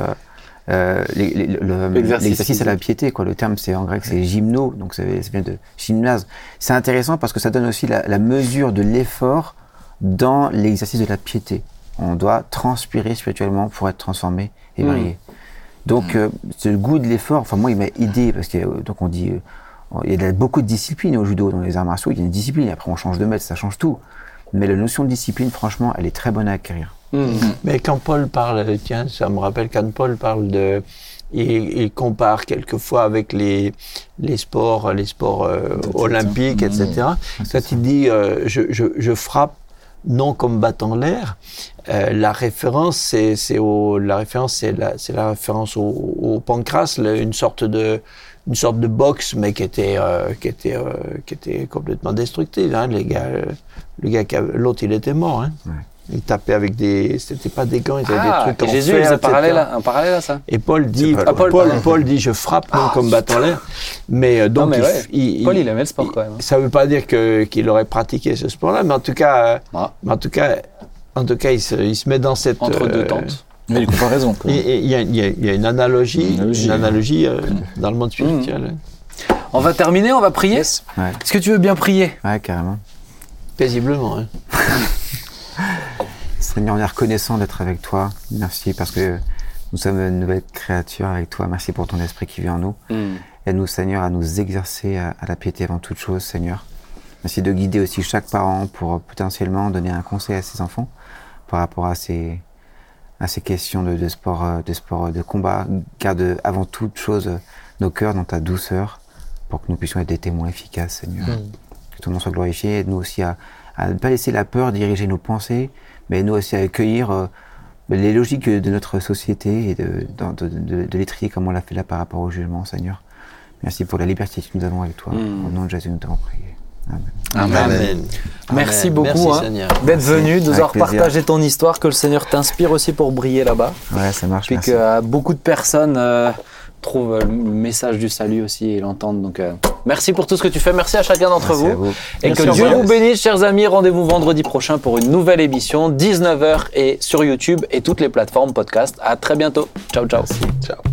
l'exercice à la piété, quoi. Le terme, c'est en grec, c'est gymno, donc ça vient de gymnase. C'est intéressant parce que ça donne aussi la mesure de l'effort dans l'exercice de la piété. On doit transpirer spirituellement pour être transformé et briller. Donc, ce goût de l'effort, enfin, moi, il m'a aidé parce que, donc, on dit, il y a beaucoup de disciplines au judo, dans les arts martiaux, il y a une discipline. Après, on change de maître, ça change tout. Mais la notion de discipline, franchement, elle est très bonne à acquérir. Mais quand Paul parle, tiens, ça me rappelle quand Paul parle il compare quelquefois avec les sports olympiques, etc. Quand il dit, je frappe non comme battant l'air, la référence c'est la référence au pancras, une sorte de boxe, mais qui était complètement destructive. Hein, l'autre il était mort. Hein. Ouais. Il tapait avec c'était pas des gants, il avait des trucs en fer. Jésus, il faisait un parallèle à ça. Et Paul dit, Paul dit, je frappe non comme battant l'air. Mais donc, Paul, il aimait le sport quand même. Ça veut pas dire qu'il aurait pratiqué ce sport-là, mais en tout cas, il se met dans cette entre deux tentes. Il y a une comparaison. Il y a une analogie dans le monde spirituel. On va terminer, on va prier. Yes. Ouais. Est-ce que tu veux bien prier? Ouais, carrément. Paisiblement. Hein. Seigneur, on est reconnaissant d'être avec toi. Merci parce que nous sommes une nouvelle créature avec toi. Merci pour ton esprit qui vit en nous. Aide-nous, Seigneur, à nous exercer à la piété avant toute chose, Seigneur. Merci de guider aussi chaque parent pour potentiellement donner un conseil à ses enfants par rapport à à ces questions de sport, de combat. Garde avant toute chose nos cœurs dans ta douceur pour que nous puissions être des témoins efficaces, Seigneur. Que ton nom soit glorifié. Aide-nous aussi à ne pas laisser la peur diriger nos pensées, mais aide-nous aussi à accueillir les logiques de notre société et de les trier comme on l'a fait là par rapport au jugement, Seigneur. Merci pour la liberté que nous avons avec toi. Au nom de Jésus, nous t'avons prié. Amen. Amen. Merci Amen. beaucoup Merci, Seigneur. d'être venu, de nous avoir plaisir. partagé ton histoire, que le Seigneur t'inspire aussi pour briller là-bas. Ouais, ça marche. Puis Merci. que beaucoup de personnes trouvent le message du salut aussi et l'entendent. Donc merci pour tout ce que tu fais. Merci à chacun d'entre Merci à vous. vous. Et Merci, que au Dieu revoir. vous bénisse, chers amis. Rendez-vous vendredi prochain pour une nouvelle émission, 19h et sur YouTube et toutes les plateformes podcast. À très bientôt. Ciao, ciao. Ciao.